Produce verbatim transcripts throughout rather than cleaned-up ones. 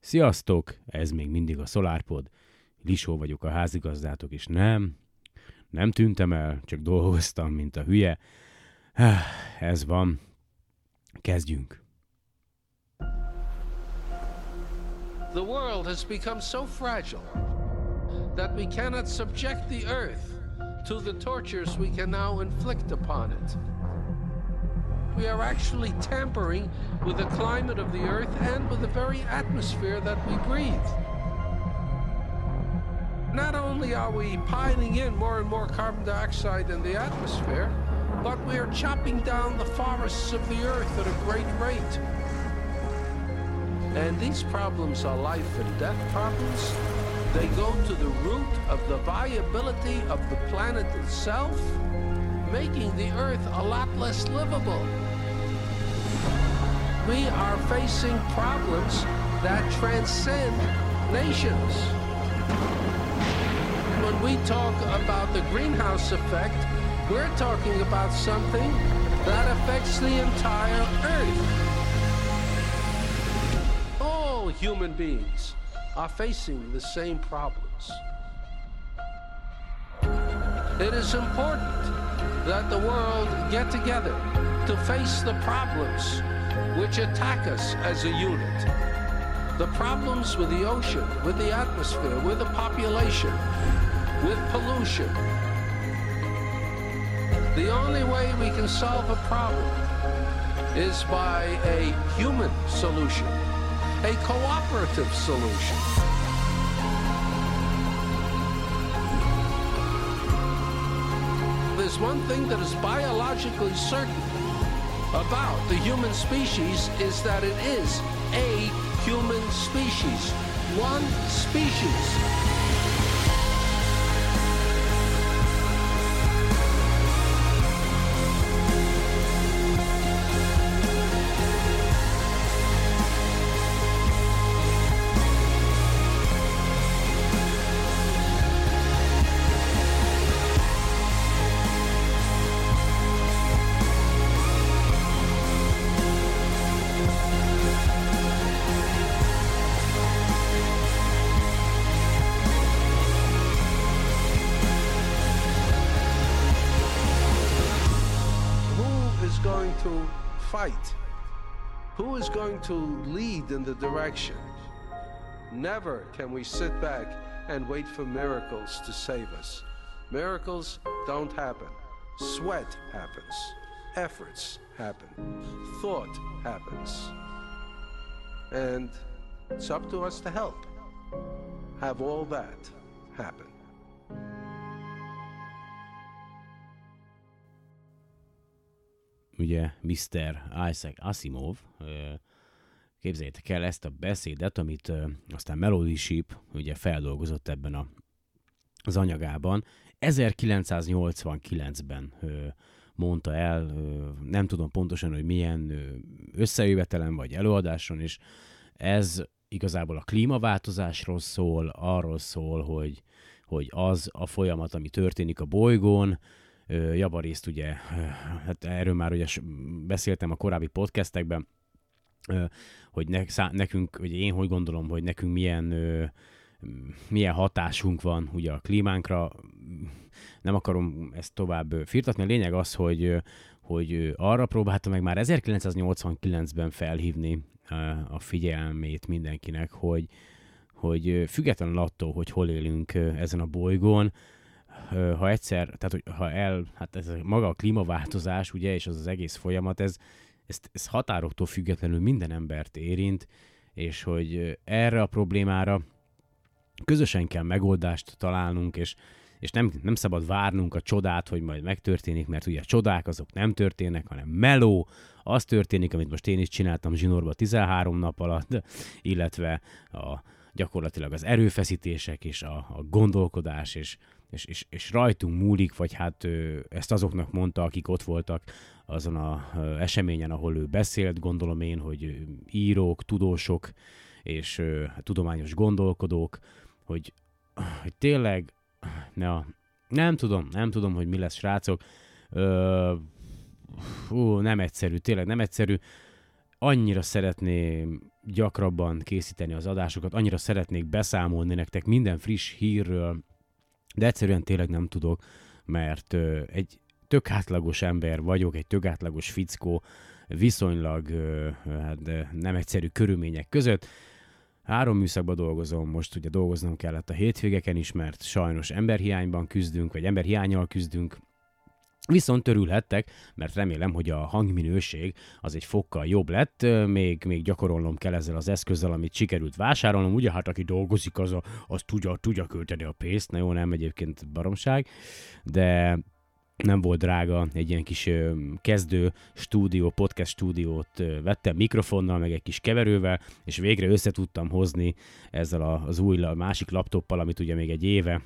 Sziasztok! Ez még mindig a SolarPod. Lisó vagyok, a házigazdátok, és nem, nem tűntem el, csak dolgoztam, mint a hülye. Ez van. Kezdjünk. The world has become so fragile that we cannot subject the earth to the tortures we can now inflict upon it. We are actually tampering with the climate of the earth and with the very atmosphere that we breathe. Not only are we piling in more and more carbon dioxide in the atmosphere, but we are chopping down the forests of the earth at a great rate. And these problems are life and death problems. They go to the root of the viability of the planet itself, making the earth a lot less livable. We are facing problems that transcend nations. When we talk about the greenhouse effect, we're talking about something that affects the entire earth. All human beings are facing the same problems. It is important that the world get together to face the problems which attack us as a unit. The problems with the ocean, with the atmosphere, with the population, with pollution. The only way we can solve a problem is by a human solution, a cooperative solution. There's one thing that is biologically certain about the human species is that it is a human species, one species. Fight. Who is going to lead in the direction? Never can we sit back and wait for miracles to save us. Miracles don't happen. Sweat happens. Efforts happen. Thought happens. And it's up to us to help have all that happen. Ugye miszter Isaac Asimov, képzeljétek el ezt a beszédet, amit aztán Melody Sheep ugye feldolgozott ebben a, az anyagában. ezerkilencszáznyolcvankilencben mondta el, nem tudom pontosan, hogy milyen összejövetelen vagy előadáson, és ez igazából a klímaváltozásról szól, arról szól, hogy, hogy az a folyamat, ami történik a bolygón, javarészt ugye, hát erről már ugye beszéltem a korábbi podcastekben, hogy ne, szá, nekünk, hogy én hogy gondolom, hogy nekünk milyen, milyen hatásunk van ugye a klímánkra. Nem akarom ezt tovább firtatni. A lényeg az, hogy, hogy arra próbáltam meg már ezerkilencszáznyolcvankilencben felhívni a figyelmét mindenkinek, hogy, hogy függetlenül attól, hogy hol élünk ezen a bolygón, ha egyszer, tehát hogy ha el, hát ez maga a klímaváltozás, ugye, és az az egész folyamat, ez, ez, ez határoktól függetlenül minden embert érint, és hogy erre a problémára közösen kell megoldást találnunk, és, és nem, nem szabad várnunk a csodát, hogy majd megtörténik, mert ugye a csodák azok nem történnek, hanem meló, az történik, amit most én is csináltam zsinórba tizenhárom nap alatt, illetve a, gyakorlatilag az erőfeszítések és a, a gondolkodás, és És, és, és rajtunk múlik, vagy hát ö, ezt azoknak mondta, akik ott voltak azon az eseményen, ahol ő beszélt, gondolom én, hogy írók, tudósok és ö, tudományos gondolkodók, hogy, hogy tényleg, na, nem tudom, nem tudom, hogy mi lesz, srácok, ö, hú, nem egyszerű, tényleg nem egyszerű. annyira szeretném gyakrabban készíteni az adásokat, annyira szeretnék beszámolni nektek minden friss hírről, de egyszerűen tényleg nem tudok, mert ö, egy tök átlagos ember vagyok, egy tök átlagos fickó, viszonylag ö, hát, nem egyszerű körülmények között. Három műszakban dolgozom, most ugye dolgoznom kellett a hétvégeken is, mert sajnos emberhiányban küzdünk, vagy emberhiánnyal küzdünk. Viszont örülhettek, mert remélem, hogy a hangminőség az egy fokkal jobb lett, még, még gyakorolnom kell ezzel az eszközzel, amit sikerült vásárolnom. Ugye hát aki dolgozik, az, a, az tudja, tudja költeni a pénzt, na jó, nem egyébként baromság, de nem volt drága, egy ilyen kis ö, kezdő stúdió, podcast stúdiót ö, vettem mikrofonnal, meg egy kis keverővel, és végre össze tudtam hozni ezzel a, az új másik laptoppal, amit ugye még egy éve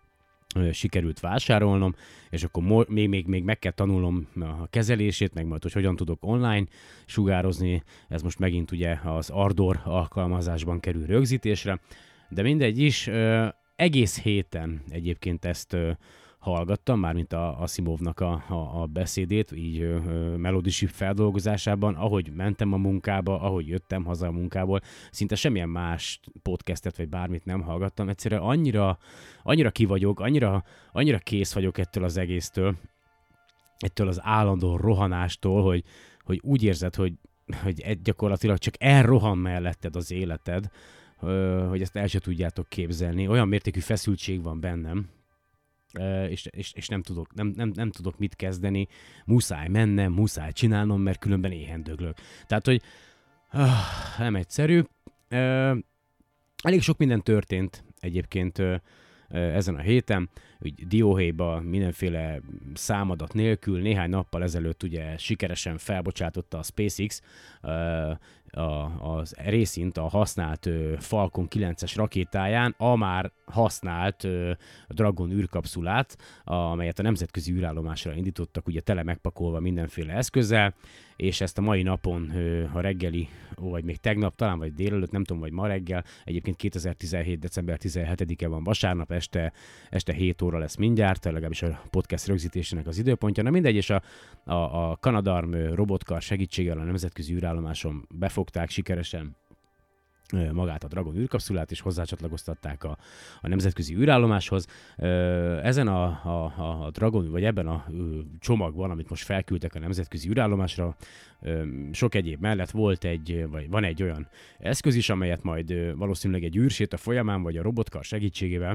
ö, sikerült vásárolnom, és akkor mo- még, még, még meg kell tanulnom a kezelését, meg majd, hogy hogyan tudok online sugározni, ez most megint ugye az Ardor alkalmazásban kerül rögzítésre, de mindegy is, ö, egész héten egyébként ezt ö, hallgattam, mármint a Asimovnak a, a, a beszédét, így ö, ö, Melody Shift feldolgozásában, ahogy mentem a munkába, ahogy jöttem haza a munkából, szinte semmilyen más podcastet, vagy bármit nem hallgattam, egyszerűen annyira, annyira ki vagyok, annyira, annyira kész vagyok ettől az egésztől, ettől az állandó rohanástól, hogy, hogy úgy érzed, hogy, hogy gyakorlatilag csak elrohan melletted az életed, ö, hogy ezt el se tudjátok képzelni. Olyan mértékű feszültség van bennem, Uh, és, és, és nem, tudok, nem, nem, nem tudok mit kezdeni, muszáj mennem, muszáj csinálnom, mert különben éhen döglök. Tehát, hogy uh, nem egyszerű. Uh, elég sok minden történt egyébként uh, uh, ezen a héten, úgy dióhéjba mindenféle számadat nélkül, néhány nappal ezelőtt ugye sikeresen felbocsátotta a SpaceX uh, a, az részint a használt uh, Falcon kilences rakétáján a már használt uh, Dragon űrkapszulát, a, amelyet a nemzetközi űrállomásra indítottak, ugye tele megpakolva mindenféle eszközzel, és ezt a mai napon uh, a reggeli, ó, vagy még tegnap, talán vagy délelőtt, nem tudom, vagy ma reggel, egyébként kétezer-tizenhét. december tizenhetedike van vasárnap, este, este hét óra lesz mindjárt, legalábbis a podcast rögzítésének az időpontja. Na mindegy, és a, a, a Canadarm robotkar segítségével a nemzetközi űrállomáson befogták sikeresen magát a Dragon űrkapszulát, és hozzácsatlakoztatták a, a nemzetközi űrállomáshoz. Ezen a, a, a Dragon, vagy ebben a csomagban, amit most felküldtek a nemzetközi űrállomásra, sok egyéb mellett volt egy, vagy van egy olyan eszköz is, amelyet majd valószínűleg egy űrséta folyamán, vagy a robotkar segítségével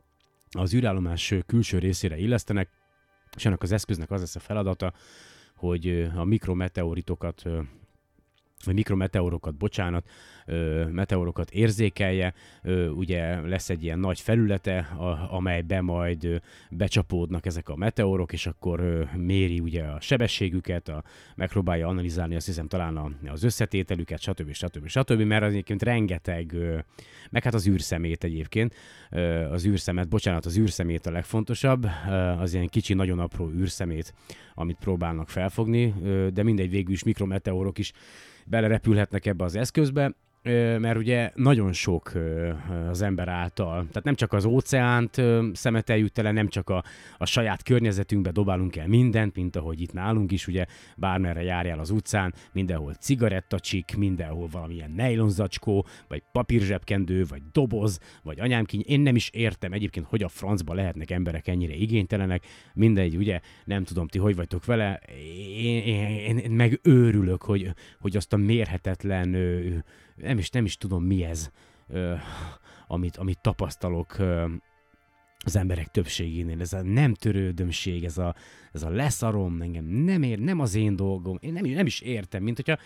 az űrállomás külső részére illesztenek, és ennek az eszköznek az lesz a feladata, hogy a mikrometeoritokat, vagy mikrometeorokat, bocsánat, meteorokat érzékelje, ugye lesz egy ilyen nagy felülete, amelybe majd becsapódnak ezek a meteorok, és akkor méri ugye a sebességüket, a, megpróbálja analizálni, azt hiszem talán az összetételüket, stb. stb. stb. Mert az egyébként rengeteg, meg hát az űrszemét egyébként, az űrszemet, bocsánat, az űrszemét a legfontosabb, az ilyen kicsi, nagyon apró űrszemét, amit próbálnak felfogni, de mindegy, végül is mikrometeorok is belerepülhetnek ebbe az eszközbe, mert ugye nagyon sok az ember által, tehát nem csak az óceánt szemeteljük tele, nem csak a, a saját környezetünkbe dobálunk el mindent, mint ahogy itt nálunk is, ugye bármerre járjál az utcán, mindenhol cigarettacsik, mindenhol valamilyen nejlonzacskó, vagy papírzsebkendő, vagy doboz, vagy anyámkiny. Én nem is értem egyébként, hogy a francba lehetnek emberek ennyire igénytelenek, mindegy, ugye, nem tudom, ti hogy vagytok vele, én, én, én meg őrülök, hogy, hogy azt a mérhetetlen nem is, nem is tudom mi ez, ö, amit, amit tapasztalok ö, az emberek többségénél. Ez a nem törődömség, ez a, ez a leszarom, engem nem ér, nem az én dolgom, én nem, nem is értem, mint hogyha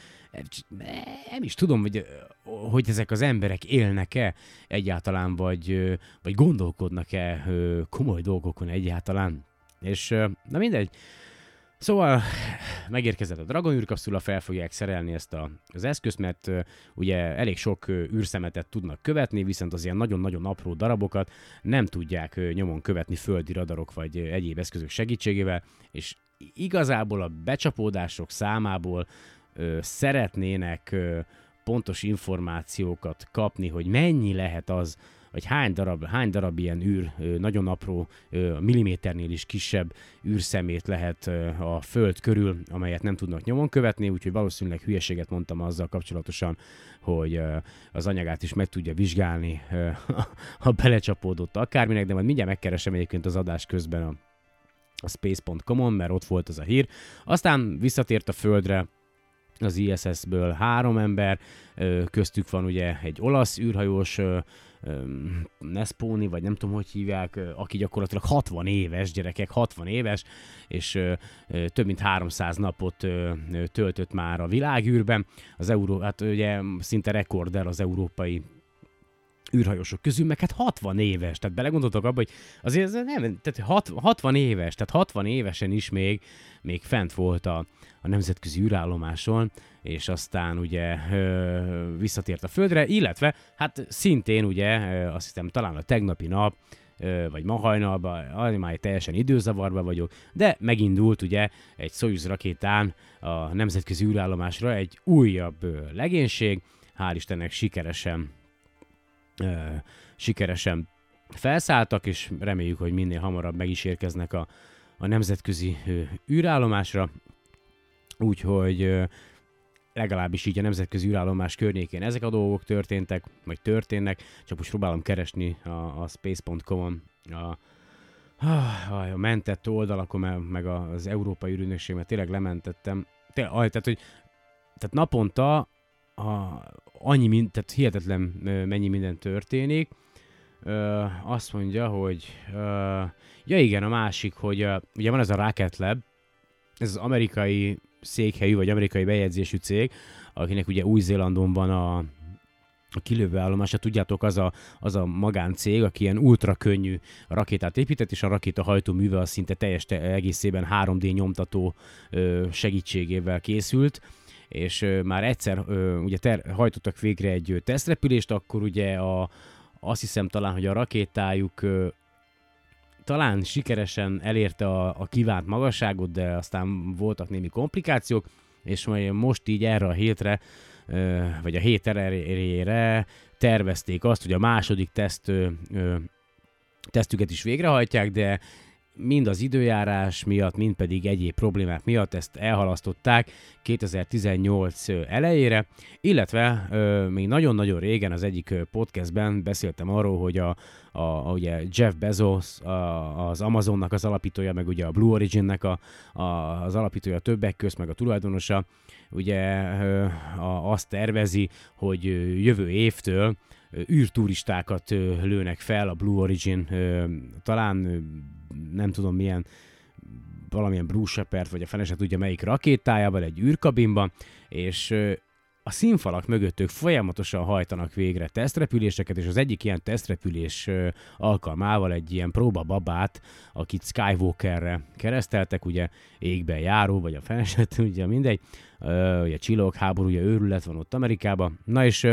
nem is tudom, hogy, hogy ezek az emberek élnek-e egyáltalán, vagy, vagy gondolkodnak-e komoly dolgokon egyáltalán. És na mindegy. Szóval megérkezett a Dragon űrkapszula, fel fogják szerelni ezt a, az eszközt, mert uh, ugye elég sok uh, űrszemetet tudnak követni, viszont az ilyen nagyon-nagyon apró darabokat nem tudják uh, nyomon követni földi radarok vagy uh, egyéb eszközök segítségével, és igazából a becsapódások számából uh, szeretnének uh, pontos információkat kapni, hogy mennyi lehet az, vagy hány darab, hány darab ilyen űr, nagyon apró, milliméternél is kisebb űrszemét lehet a Föld körül, amelyet nem tudnak nyomon követni, úgyhogy valószínűleg hülyeséget mondtam azzal kapcsolatosan, hogy az anyagát is meg tudja vizsgálni, ha belecsapódott akárminek, de majd mindjárt megkeresem egyébként az adás közben a, a space pont com-on, mert ott volt az a hír. Aztán visszatért a Földre az I S S-ből három ember, köztük van ugye egy olasz űrhajós, Nesponi, vagy nem tudom, hogy hívják, aki gyakorlatilag hatvan éves, gyerekek, hatvan éves, és több mint háromszáz napot töltött már a világűrben. Az Euró, hát ugye szinte rekorder az európai űrhajósok közül, meg hát hatvan éves, tehát belegondoltok abba, hogy azért nem, tehát hatvan éves, tehát hatvan évesen is még, még fent volt a, a nemzetközi űrállomáson, és aztán ugye ö, visszatért a Földre, illetve hát szintén ugye, ö, azt hiszem talán a tegnapi nap, ö, vagy ma hajnalban, már teljesen időzavarban vagyok, de megindult ugye egy Szojuz rakétán a nemzetközi űrállomásra egy újabb ö, legénység, hál' Istennek sikeresen ö, sikeresen felszálltak, és reméljük, hogy minél hamarabb meg is érkeznek a, a nemzetközi ö, űrállomásra, úgyhogy ö, legalábbis így a nemzetközi űrállomás környékén ezek a dolgok történtek, vagy történnek, csak most próbálom keresni a, a space pont com-on a, a, a mentett oldalakon, meg az Európai űrügynökség, mert tényleg lementettem. Tényleg, tehát, hogy, tehát naponta a, annyi, mind, tehát hihetetlen mennyi minden történik. Ö, azt mondja, hogy ö, ja igen, a másik, hogy ö, ugye van ez a Rocket Lab, ez az amerikai székhelyű, vagy amerikai bejegyzésű cég, akinek ugye Új-Zélandon van a, a kilövő állomása, tudjátok, az a, az a magáncég, aki ilyen ultra könnyű rakétát épített, és a rakéta hajtóműve az szinte teljes te, egészében három dé nyomtató ö, segítségével készült, és ö, már egyszer ö, ugye ter, hajtottak végre egy ö, tesztrepülést, akkor ugye a, azt hiszem talán, hogy a rakétájuk ö, talán sikeresen elérte a, a kívánt magasságot, de aztán voltak némi komplikációk, és most így erre a hétre, vagy a hét elejére tervezték azt, hogy a második teszt, tesztüket is végrehajtják, de mind az időjárás miatt, mind pedig egyéb problémák miatt ezt elhalasztották kétezer-tizennyolc elejére, illetve ö, még nagyon-nagyon régen az egyik podcastben beszéltem arról, hogy a, a, a ugye Jeff Bezos, a, az Amazonnak az alapítója, meg ugye a Blue Originnek a, a, az alapítója többek közt, meg a tulajdonosa, ugye ö, a, azt tervezi, hogy jövő évtől űrturistákat lőnek fel a Blue Origin, talán nem tudom milyen, valamilyen Blue Shepard, vagy a fene se tudja melyik rakétájával egy űrkabinban, és a színfalak mögött ők folyamatosan hajtanak végre tesztrepüléseket, és az egyik ilyen tesztrepülés alkalmával egy ilyen próbababát, akit Skywalkerre kereszteltek, ugye égben járó, vagy a fene se tudja, mindegy, ugye csillagháborúja, őrület van ott Amerikában, na és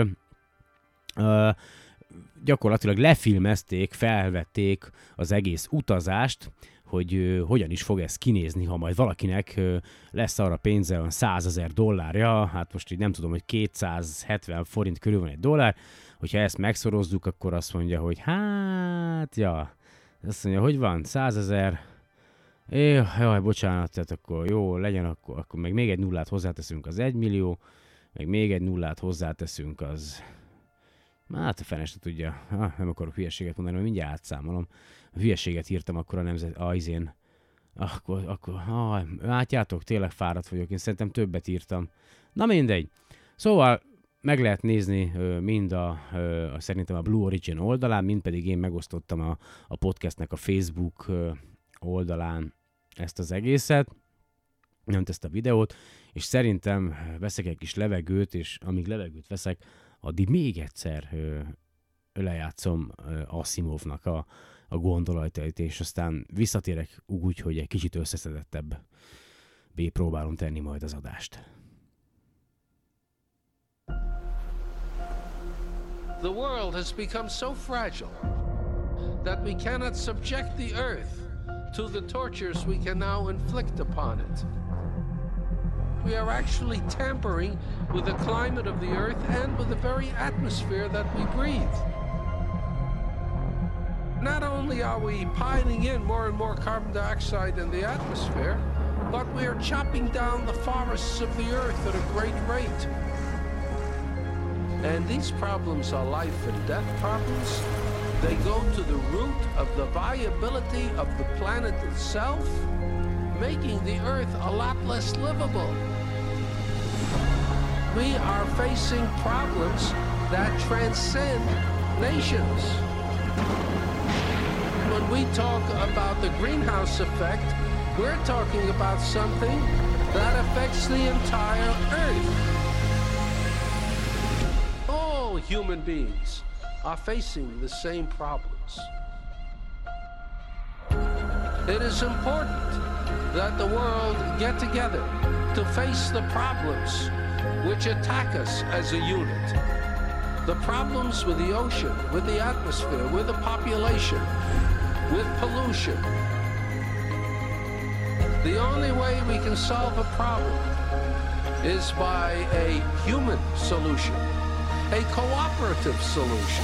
Uh, gyakorlatilag lefilmezték, felvették az egész utazást, hogy uh, hogyan is fog ez kinézni, ha majd valakinek uh, lesz arra pénze olyan százezer dollárja, hát most így nem tudom, hogy kétszázhetven forint körül van egy dollár, hogyha ezt megszorozzuk, akkor azt mondja, hogy hát, ja, azt mondja, hogy van, százezer, jaj, jaj, bocsánat, tehát akkor jó, legyen, akkor, akkor meg még egy nullát hozzáteszünk, az egy millió, meg még egy nullát hozzáteszünk, az... Hát a fene se tudja, ah, nem akarok hülyeséget mondani, mert mindjárt átszámolom. A hülyeséget írtam akkor a nemzet, a izén. Akkor, akkor, ah, látjátok, tényleg fáradt vagyok, én szerintem többet írtam. Na mindegy. Szóval meg lehet nézni ö, mind a, ö, a, szerintem a Blue Origin oldalán, mind pedig én megosztottam a, a podcastnek a Facebook ö, oldalán ezt az egészet, nem ezt a videót, és szerintem veszek egy kis levegőt, és amíg levegőt veszek, addig még egyszer ö, lejátszom ö, Asimovnak a, a gondolatait, és aztán visszatérek úgy, hogy egy kicsit összeszedettebb bé próbálom tenni majd az adást. The world has become so fragile that we cannot subject the earth to the tortures we can now inflict upon it. we are actually tampering with the climate of the Earth and with the very atmosphere that we breathe. Not only are we piling in more and more carbon dioxide in the atmosphere, but we are chopping down the forests of the Earth at a great rate. And these problems are life and death problems. They go to the root of the viability of the planet itself, making the Earth a lot less livable. We are facing problems that transcend nations. When we talk about the greenhouse effect, we're talking about something that affects the entire Earth. All human beings are facing the same problems. It is important that the world get together to face the problems which attack us as a unit. The problems with the ocean, with the atmosphere, with the population, with pollution. The only way we can solve a problem is by a human solution, a cooperative solution.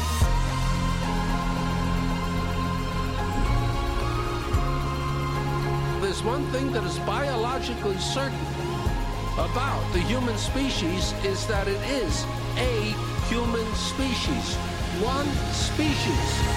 There's one thing that is biologically certain about the human species is that it is a human species, one species.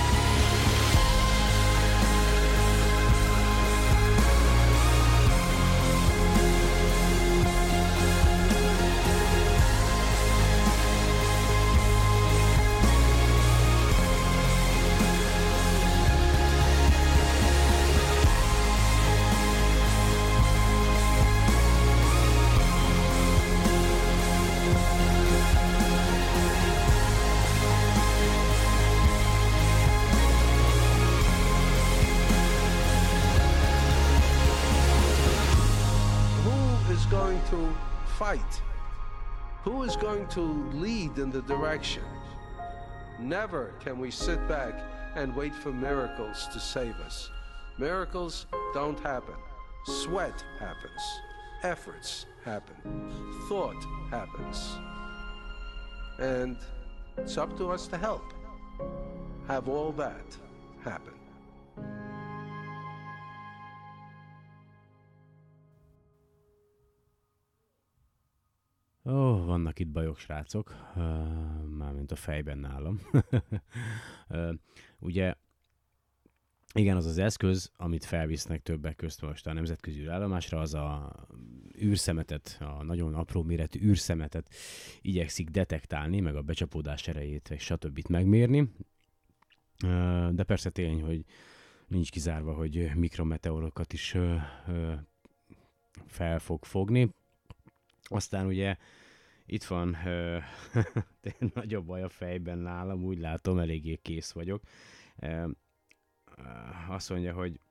To fight? Who is going to lead in the direction? Never can we sit back and wait for miracles to save us. Miracles don't happen. Sweat happens. Efforts happen. Thought happens. And it's up to us to help have all that happen. Ó, oh, vannak itt bajok, srácok, uh, mármint a fejben nálam. uh, ugye, igen, az az eszköz, amit felvisznek többek közt most a nemzetközi űrállomásra, az a űrszemetet, a nagyon apró méretű űrszemetet igyekszik detektálni, meg a becsapódás erejét, és stb. Megmérni. Uh, de persze tény, hogy nincs kizárva, hogy mikrometeorokat is uh, uh, fel fog fogni. Aztán ugye itt van ö, nagyobb baj a fejben nálam, úgy látom, eléggé kész vagyok. Ö, azt mondja, hogy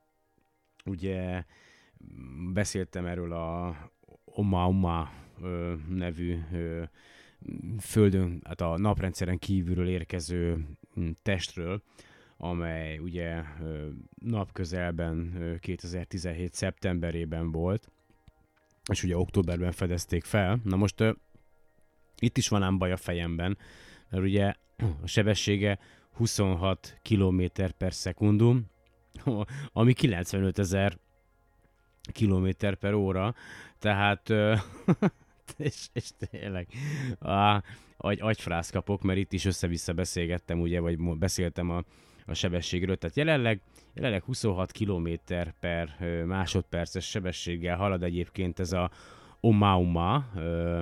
ugye beszéltem erről a Oumuamua ö, nevű ö, földön, hát a naprendszeren kívülről érkező testről, amely ugye ö, napközelben ö, kétezer-tizenhét szeptemberében volt, és ugye októberben fedezték fel. Na most uh, itt is van ám baj a fejemben, mert ugye a sebessége huszonhat kilométer per szekundum, ami kilencvenötezer kilométer per óra, tehát uh, és, és tényleg ah, agy, agyfrász kapok, mert itt is össze-vissza beszélgettem, ugye, vagy beszéltem a, a sebességről, tehát jelenleg Jelenleg huszonhat kilométer per másodperces sebességgel halad egyébként ez a Oumuamua, ö,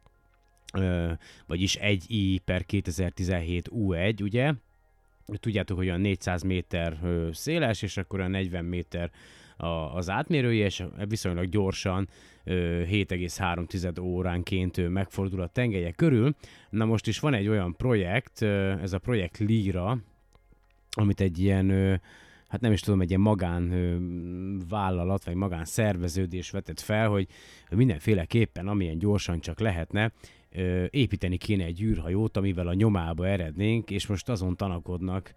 ö, vagyis egy i per kétezer-tizenhét u egy, ugye? Tudjátok, hogy olyan négyszáz méter ö, széles, és akkor a negyven méter a, az átmérője, és viszonylag gyorsan ö, hét egész három óránként ö, megfordul a tengelye körül. Na most is van egy olyan projekt, ö, ez a projekt Lyra, amit egy ilyen ö, hát nem is tudom, egy ilyen magán ö, vállalat, vagy magán szerveződés vetett fel, hogy mindenféleképpen, amilyen gyorsan csak lehetne, ö, építeni kéne egy űrhajót, amivel a nyomába erednénk, és most azon tanakodnak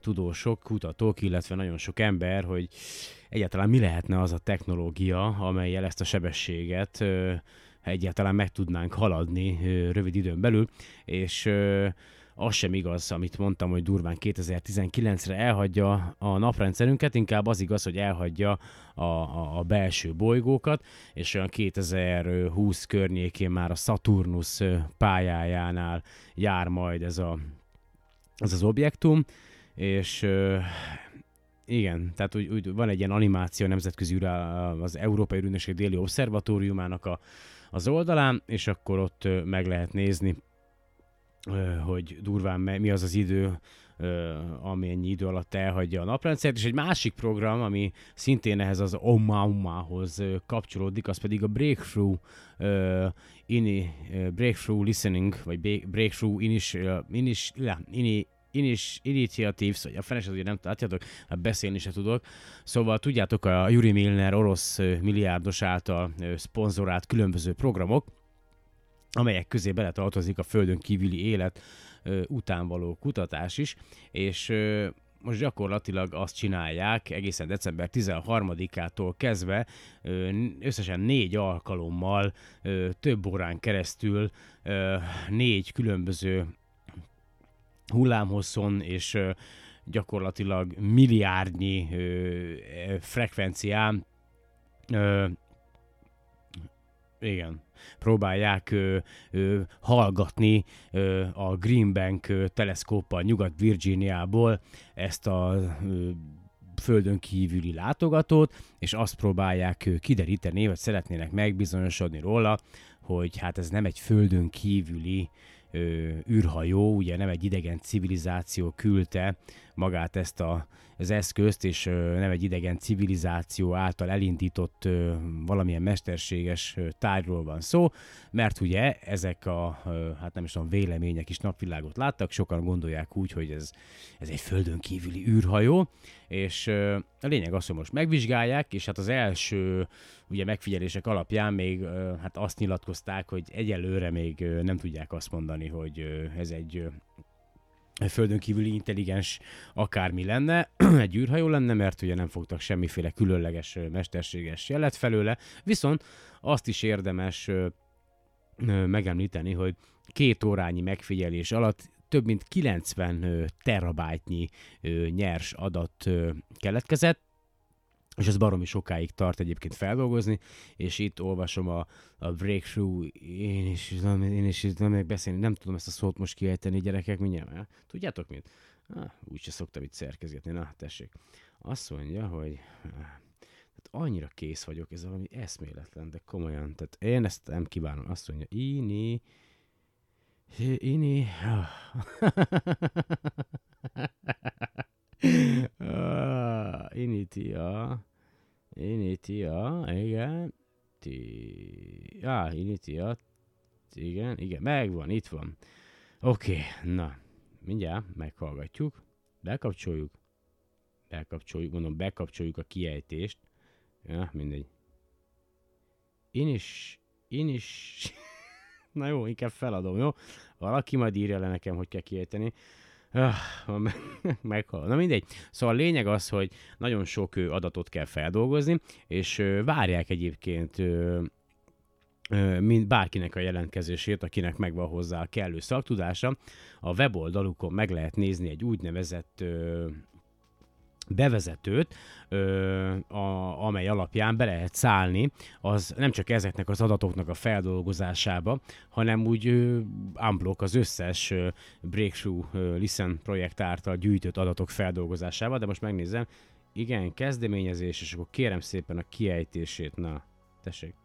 tudósok, kutatók, illetve nagyon sok ember, hogy egyáltalán mi lehetne az a technológia, amellyel ezt a sebességet ö, egyáltalán meg tudnánk haladni ö, rövid időn belül, és ö, az sem igaz, amit mondtam, hogy durván kétezer-tizenkilencre elhagyja a naprendszerünket, inkább az igaz, hogy elhagyja a, a, a belső bolygókat, és olyan kétezer-húsz környékén már a Saturnus pályájánál jár majd ez, a, ez az objektum, és igen, tehát úgy, úgy van egy ilyen animáció nemzetközi űrá, az Európai űrügynökség déli obszervatóriumának a, az oldalán, és akkor ott meg lehet nézni, hogy durván mi az az idő, amennyi idő alatt elhagyja a naprendszert, és egy másik program, ami szintén ehhez az Oumuamua-hoz kapcsolódik, az pedig a Breakthrough, uh, ini, uh, Breakthrough Listening, vagy Breakthrough Inis, uh, inis, uh, ini, Inis, Initiatives, vagy a fenes, azért nem látjátok, hát beszélni se tudok. Szóval tudjátok, a Yuri Milner orosz milliárdos által szponzorált különböző programok, amelyek közé beletartozik a földön kívüli élet ö, után való kutatás is, és ö, most gyakorlatilag azt csinálják egészen december tizenharmadikától kezdve ö, összesen négy alkalommal, ö, több órán keresztül ö, négy különböző hullámhosszon és ö, gyakorlatilag milliárdnyi ö, frekvencián ö, igen, próbálják ö, ö, hallgatni ö, a Green Bank ö, teleszkóppal Nyugat-Virginiából ezt a ö, földön kívüli látogatót, és azt próbálják ö, kideríteni, vagy szeretnének megbizonyosodni róla, hogy hát ez nem egy földön kívüli ö, űrhajó, ugye nem egy idegen civilizáció küldte magát ezt a, az eszközt, és ö, nem egy idegen civilizáció által elindított ö, valamilyen mesterséges ö, tárgyról van szó, mert ugye ezek a, ö, hát nem is tudom, vélemények is napvilágot láttak, sokan gondolják úgy, hogy ez, ez egy földön kívüli űrhajó, és ö, a lényeg az, hogy most megvizsgálják, és hát az első ugye megfigyelések alapján még ö, hát azt nyilatkozták, hogy egyelőre még ö, nem tudják azt mondani, hogy ö, ez egy ö, földön kívüli intelligens akármi lenne, egy űrhajó lenne, mert ugye nem fogtak semmiféle különleges mesterséges jelet felőle, viszont azt is érdemes ö, ö, megemlíteni, hogy két órányi megfigyelés alatt több mint kilencven terabájtnyi ö, nyers adat ö, keletkezett, és ez baromi sokáig tart egyébként feldolgozni, és itt olvasom a, a Breakthrough, én is, én is nem meg beszélni, nem tudom ezt a szót most kiejteni, gyerekek, mindjárt. Tudjátok mit? Ah, úgyse szoktam itt szerkezgetni, na tessék. Azt mondja, hogy tehát annyira kész vagyok, ez valami eszméletlen, de komolyan, tehát én ezt nem kívánom. Azt mondja, ini, ini, Uh, initia, initia, igen, ti, ah, initia, igen, igen, megvan, itt van. Oké, okay, na, mindjárt meghallgatjuk, bekapcsoljuk, bekapcsoljuk, mondom, bekapcsoljuk a kiejtést, ja, mindegy. Én is, én is, na jó, inkább feladom, jó? Valaki majd írja le nekem, hogy kell kiejteni. Uh, meghal. Na mindegy. Szóval a lényeg az, hogy nagyon sok ö, adatot kell feldolgozni, és ö, várják egyébként ö, ö, mind, bárkinek a jelentkezését, akinek megvan hozzá a kellő szaktudása. A weboldalukon meg lehet nézni egy úgynevezett ö, bevezetőt, ö, a, amely alapján be lehet szállni az nem csak ezeknek az adatoknak a feldolgozásába, hanem úgy ö, unblock az összes ö, Breakthrough ö, Listen projekt által gyűjtött adatok feldolgozásába, de most megnézem, igen, kezdeményezés, és akkor kérem szépen a kiejtését, na, tessék.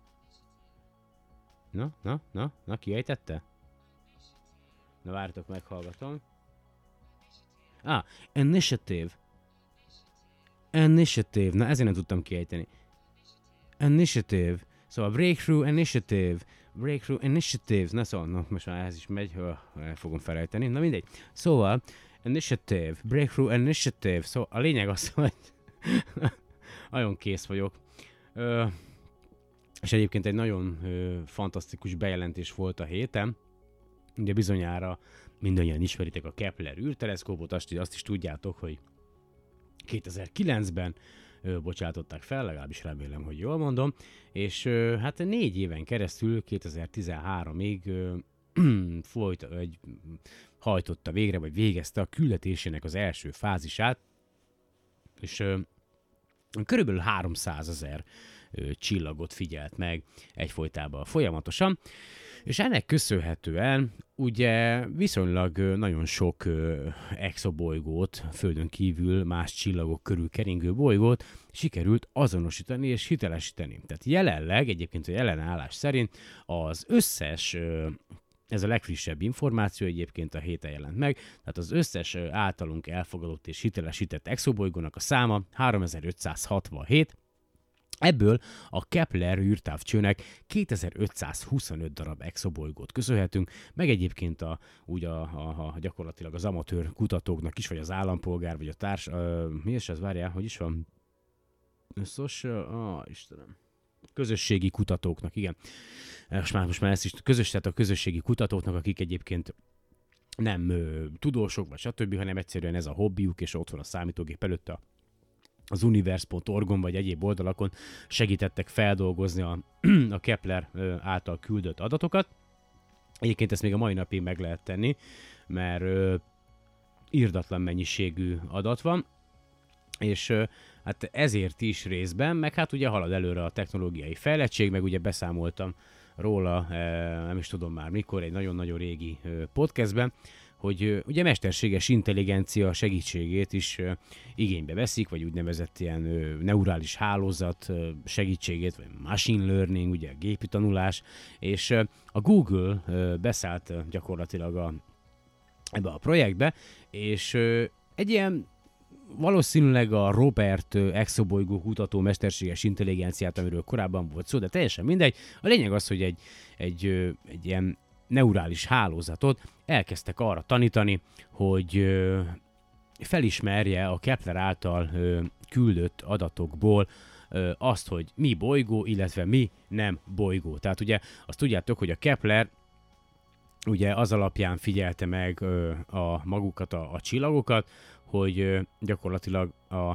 Na, na, na, na, kiejtette? Na várjatok, meghallgatom. Ah, initiative. Initiative. Na, ezért nem tudtam kiejteni. Initiative. Szóval Breakthrough Initiative. Breakthrough Initiative. Na szóval, na, most már ez is megy, el fogom felejteni. Na mindegy. Szóval, Initiative. Breakthrough Initiative. Szóval a lényeg az, hogy nagyon kész vagyok. Ö, és egyébként egy nagyon ö, fantasztikus bejelentés volt a héten. Ugye bizonyára mindannyian ismeritek a Kepler űrteleszkópot, azt, azt is tudjátok, hogy kétezer-kilencben ö, bocsátották fel, legalábbis remélem, hogy jól mondom, és ö, hát négy éven keresztül, kétezer-tizenháromig ö, folyt, vagy hajtotta végre, vagy végezte a küldetésének az első fázisát, és ö, körülbelül háromszázezer ö, csillagot figyelt meg egyfolytában folyamatosan, és ennek köszönhetően ugye viszonylag ö, nagyon sok ö, exobolygót, földön kívül más csillagok körül keringő bolygót sikerült azonosítani és hitelesíteni. Tehát jelenleg, egyébként a jelen állás szerint az összes, ö, ez a legfrissebb információ, egyébként a héten jelent meg, tehát az összes ö, általunk elfogadott és hitelesített exobolygónak a száma háromezer-ötszázhatvanhét, ebből a Kepler űrtávcsőnek kétezer-ötszázhuszonöt darab exobolygót köszönhetünk, meg egyébként a, úgy a, a, a gyakorlatilag az amatőr kutatóknak is, vagy az állampolgár, vagy a társ... Uh, mi is ez? Várjál, hogy is van? Social... Ah, Istenem. Közösségi kutatóknak, igen. Most már, most már ezt is közös, tehát a közösségi kutatóknak, akik egyébként nem ö, tudósok, vagy stb., hanem egyszerűen ez a hobbiuk, és ott van a számítógép előtt a az universe pont org-on vagy egyéb oldalakon segítettek feldolgozni a, a Kepler által küldött adatokat. Egyébként ezt még a mai napig meg lehet tenni, mert ö, irdatlan mennyiségű adat van, és ö, hát ezért is részben, meg hát ugye halad előre a technológiai fejlettség, meg ugye beszámoltam róla, eh, nem is tudom már mikor, egy nagyon-nagyon régi ö, podcastben, hogy ugye mesterséges intelligencia segítségét is uh, igénybe veszik, vagy úgynevezett ilyen uh, neurális hálózat uh, segítségét, vagy machine learning, ugye a gépi tanulás, és uh, a Google uh, beszállt uh, gyakorlatilag a, ebbe a projektbe, és uh, egy ilyen valószínűleg a Robert uh, exobolygó kutató mesterséges intelligenciát, amiről korábban volt szó, de teljesen mindegy. A lényeg az, hogy egy, egy, uh, egy ilyen neurális hálózatot elkezdtek arra tanítani, hogy ö, felismerje a Kepler által ö, küldött adatokból ö, azt, hogy mi bolygó, illetve mi nem bolygó. Tehát ugye azt tudjátok, hogy a Kepler ugye az alapján figyelte meg ö, a magukat, a, a csillagokat, hogy ö, gyakorlatilag a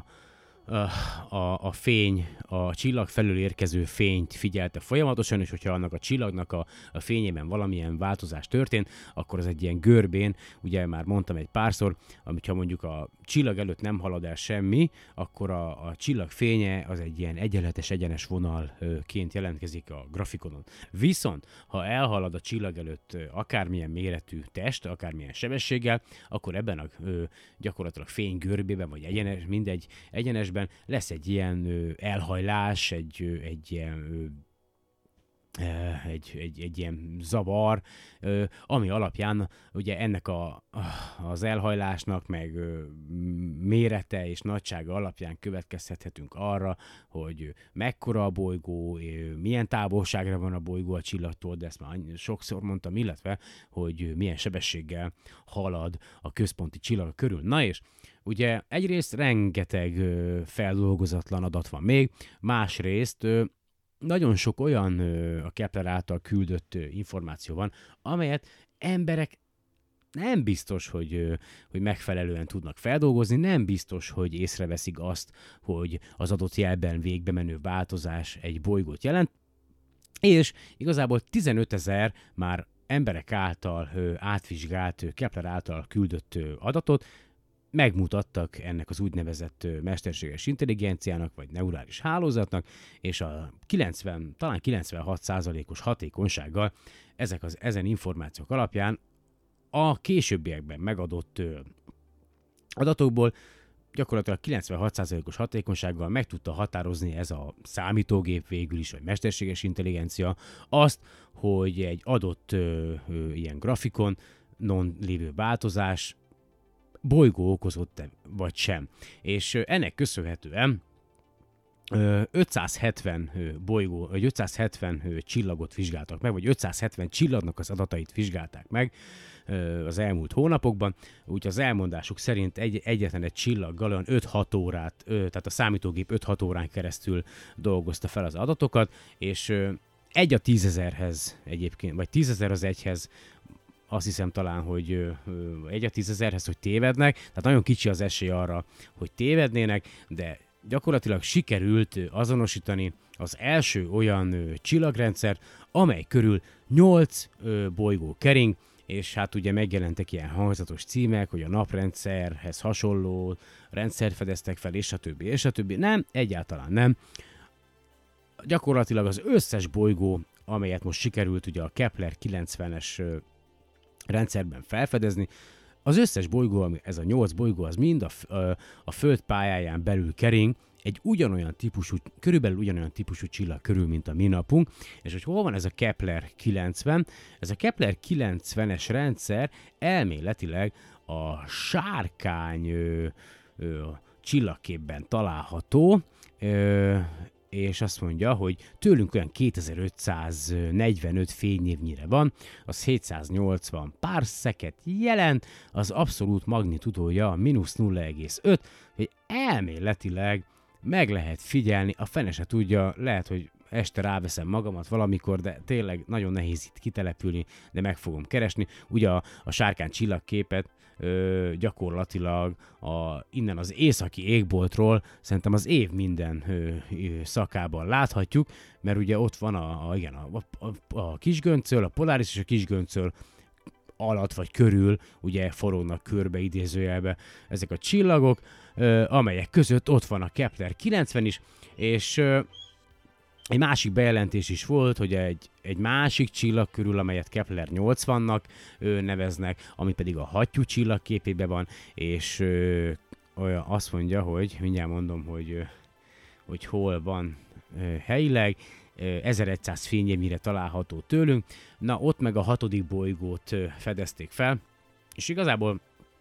A, a fény, a csillag felől érkező fényt figyelte folyamatosan, és hogyha annak a csillagnak a, a fényében valamilyen változás történt, akkor az egy ilyen görbén, ugye már mondtam egy párszor, amit ha mondjuk a csillag előtt nem halad el semmi, akkor a, a csillag fénye az egy ilyen egyenletes, egyenes vonalként jelentkezik a grafikonon. Viszont, ha elhalad a csillag előtt akármilyen méretű test, akármilyen sebességgel, akkor ebben a ö, gyakorlatilag fény görbében, vagy egyenes, mindegy, egyenes lesz egy ilyen ö, elhajlás, egy, ö, egy ilyen ö, Egy, egy, egy ilyen zavar, ö, ami alapján ugye ennek a, az elhajlásnak, meg ö, mérete és nagysága alapján következtethetünk arra, hogy mekkora a bolygó, ö, milyen távolságra van a bolygó a csillagtól, de ezt már sokszor mondtam, illetve, hogy milyen sebességgel halad a központi csillag körül. Na és ugye egyrészt rengeteg ö, feldolgozatlan adat van még, másrészt ö, nagyon sok olyan ö, a Kepler által küldött ö, információ van, amelyet emberek nem biztos, hogy, ö, hogy megfelelően tudnak feldolgozni, nem biztos, hogy észreveszik azt, hogy az adott jelben végbe menő változás egy bolygót jelent, és igazából tizenötezer már emberek által ö, átvizsgált, ö, Kepler által küldött ö, adatot megmutattak ennek az úgynevezett mesterséges intelligenciának, vagy neurális hálózatnak, és a kilencven, talán kilencvenhat százalékos hatékonysággal ezek az ezen információk alapján a későbbiekben megadott ö, adatokból gyakorlatilag kilencvenhat százalékos hatékonysággal meg tudta határozni ez a számítógép végül is, vagy mesterséges intelligencia azt, hogy egy adott ö, ö, ilyen grafikonon lévő változás bolygó okozott vagy sem. És ennek köszönhetően ötszázhetven bolygó, vagy ötszázhetven csillagot vizsgáltak meg, vagy ötszázhetven csillagnak az adatait vizsgálták meg az elmúlt hónapokban. Úgyhogy az elmondásuk szerint egy, egyetlen egy csillaggal olyan öt-hat órát, tehát a számítógép öt-hat órán keresztül dolgozta fel az adatokat, és egy a tízezerhez egyébként, vagy tízezer az egyhez azt hiszem talán, hogy egy a tízezerhez, hogy tévednek, tehát nagyon kicsi az esély arra, hogy tévednének, de gyakorlatilag sikerült azonosítani az első olyan ö, csillagrendszert, amely körül nyolc ö, bolygó kering, és hát ugye megjelentek ilyen hangzatos címek, hogy a naprendszerhez hasonló rendszert fedeztek fel, és a többi, és a többi. Nem, egyáltalán nem. Gyakorlatilag az összes bolygó, amelyet most sikerült ugye a Kepler kilencvenes ö, rendszerben felfedezni, az összes bolygó, ez a nyolc bolygó, az mind a, a, a Föld pályáján belül kering, egy ugyanolyan típusú, körülbelül ugyanolyan típusú csillag körül, mint a mi napunk, és hogy hol van ez a Kepler kilencven? Ez a Kepler kilencvenes rendszer elméletileg a sárkány ö, ö, csillagképben található, ö, és azt mondja, hogy tőlünk olyan kétezer-ötszáznegyvenöt fényévnyire van, az hétszáznyolcvan parseket jelent, az abszolút magnitudója a mínusz nulla egész öt, hogy elméletileg meg lehet figyelni, a fene se tudja, lehet, hogy este ráveszem magamat valamikor, de tényleg nagyon nehéz itt kitelepülni, de meg fogom keresni. Ugye a, a sárkány csillagképet ö, gyakorlatilag a, innen az északi égboltról szerintem az év minden ö, ö, szakában láthatjuk, mert ugye ott van a, a, igen, a, a, a kisgöncöl, a Polaris és a kisgöncöl alatt vagy körül, ugye forognak körbe idézőjelbe ezek a csillagok, ö, amelyek között ott van a Kepler kilencven is, és ö, egy másik bejelentés is volt, hogy egy, egy másik csillag körül, amelyet Kepler nyolcvannak ö, neveznek, ami pedig a hattyú csillag képében van, és ö, olyan azt mondja, hogy, mindjárt mondom, hogy, ö, hogy hol van ö, helyileg, ezerszáz fényévnyire található tőlünk. Na, ott meg a hatodik bolygót ö, fedezték fel, és igazából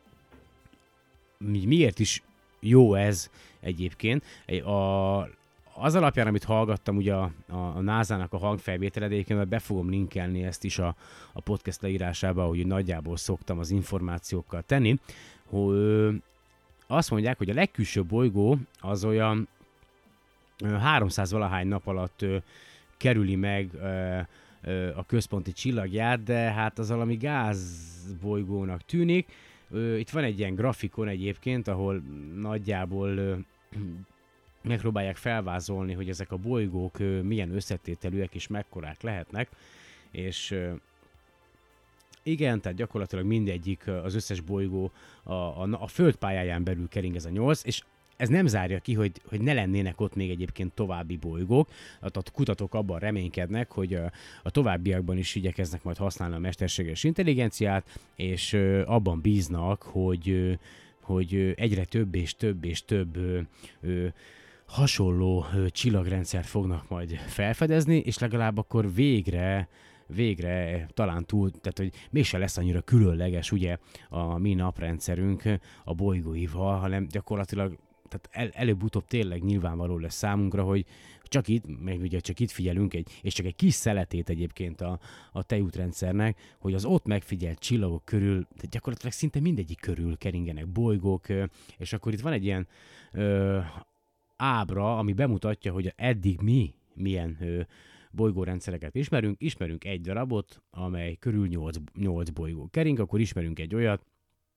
mi, miért is jó ez egyébként? A, az alapján, amit hallgattam ugye a, a, a nászának a hangfelvételed, egyébként mert be fogom linkelni ezt is a, a podcast leírásába, hogy nagyjából szoktam az információkkal tenni, hogy ö, azt mondják, hogy a legkülsőbb bolygó az olyan háromszáz valahány nap alatt ö, kerüli meg ö, ö, a központi csillagját, de hát az valami gázbolygónak tűnik. Ö, itt van egy ilyen grafikon egyébként, ahol nagyjából ö, megpróbálják felvázolni, hogy ezek a bolygók ö, milyen összetételűek és mekkorák lehetnek, és ö, igen, tehát gyakorlatilag mindegyik, az összes bolygó a, a, a Föld pályáján belül kering ez a nyolc, és ez nem zárja ki, hogy, hogy ne lennének ott még egyébként további bolygók. A kutatók abban reménykednek, hogy a, a továbbiakban is igyekeznek majd használni a mesterséges intelligenciát, és ö, abban bíznak, hogy, ö, hogy egyre több és több és több ö, ö, hasonló ö, csillagrendszert fognak majd felfedezni, és legalább akkor végre végre talán túl, tehát hogy mégse lesz annyira különleges ugye a mi naprendszerünk a bolygóival, hanem gyakorlatilag tehát el, előbb-utóbb tényleg nyilvánvaló lesz számunkra, hogy csak itt, meg ugye csak itt figyelünk, egy, és csak egy kis szeletét egyébként a, a tejútrendszernek, hogy az ott megfigyelt csillagok körül, tehát gyakorlatilag szinte mindegyik körül keringenek bolygók, és akkor itt van egy ilyen ö, ábra, ami bemutatja, hogy eddig mi milyen ö, bolygórendszereket ismerünk, ismerünk egy darabot, amely körül nyolc bolygó kering, akkor ismerünk egy olyat,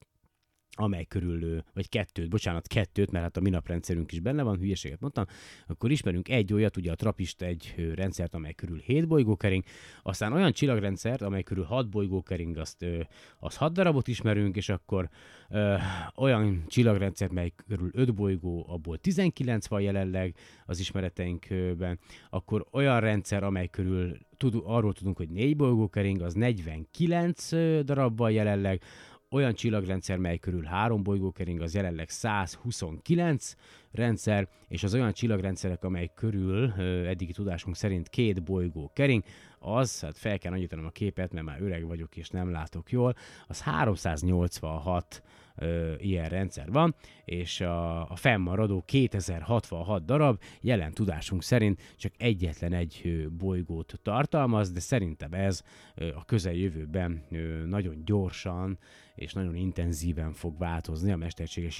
amely körül, vagy kettőt, bocsánat, kettőt, mert hát a mi naprendszerünk is benne van, hülyeséget mondtam, akkor ismerünk egy olyat, ugye a Trappist egy rendszert, amely körül hét bolygó kering, aztán olyan csillagrendszert, amely körül hat bolygó kering, azt, az hat darabot ismerünk, és akkor ö, olyan csillagrendszert, mely körül öt bolygó, abból tizenkilenc van jelenleg az ismereteinkben, akkor olyan rendszer, amely körül tud, arról tudunk, hogy négy bolygó kering, az negyvenkilenc darabban jelenleg, olyan csillagrendszer, mely körül három bolygó kering, az jelenleg száz huszonkilenc rendszer, és az olyan csillagrendszerek, amely körül ö, eddigi tudásunk szerint két bolygó kering, az, hát fel kell nagyítanom a képet, mert már öreg vagyok és nem látok jól, az háromszáznyolcvanhat ö, ilyen rendszer van, és a, a fennmaradó kétezer-hatvanhat darab jelen tudásunk szerint csak egyetlen egy ö, bolygót tartalmaz, de szerintem ez ö, a közeljövőben ö, nagyon gyorsan és nagyon intenzíven fog változni a mesterséges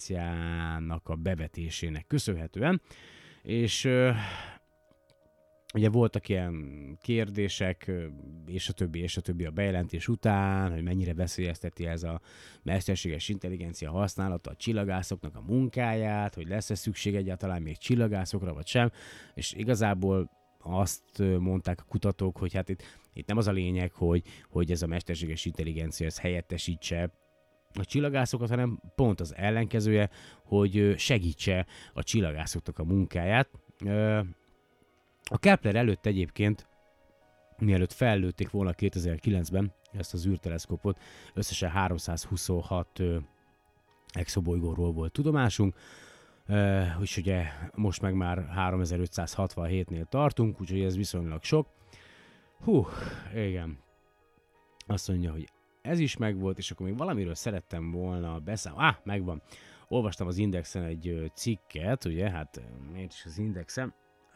intelligenciának a bevetésének köszönhetően, és ö, ugye voltak ilyen kérdések, és a többi, és a többi a bejelentés után, hogy mennyire veszélyezteti ez a mesterséges intelligencia használata a csillagászoknak a munkáját, hogy lesz-e szükség egyáltalán még csillagászokra, vagy sem, és igazából azt mondták a kutatók, hogy hát itt, itt nem az a lényeg, hogy, hogy ez a mesterséges intelligencia ez helyettesítse a csillagászokat, hanem pont az ellenkezője, hogy segítse a csillagászoknak a munkáját. A Kepler előtt egyébként, mielőtt fellőtték volna kétezer-kilencben ezt az űrteleszkópot, összesen háromszázhuszonhat exobolygóról volt tudomásunk, és ugye most meg már háromezer-ötszázhatvanhétnél tartunk, úgyhogy ez viszonylag sok. Hú, igen. Azt mondja, hogy ez is megvolt, és akkor még valamiről szerettem volna beszámolni. Ah, megvan. Olvastam az Indexen egy cikket, ugye, hát miért is az Indexen,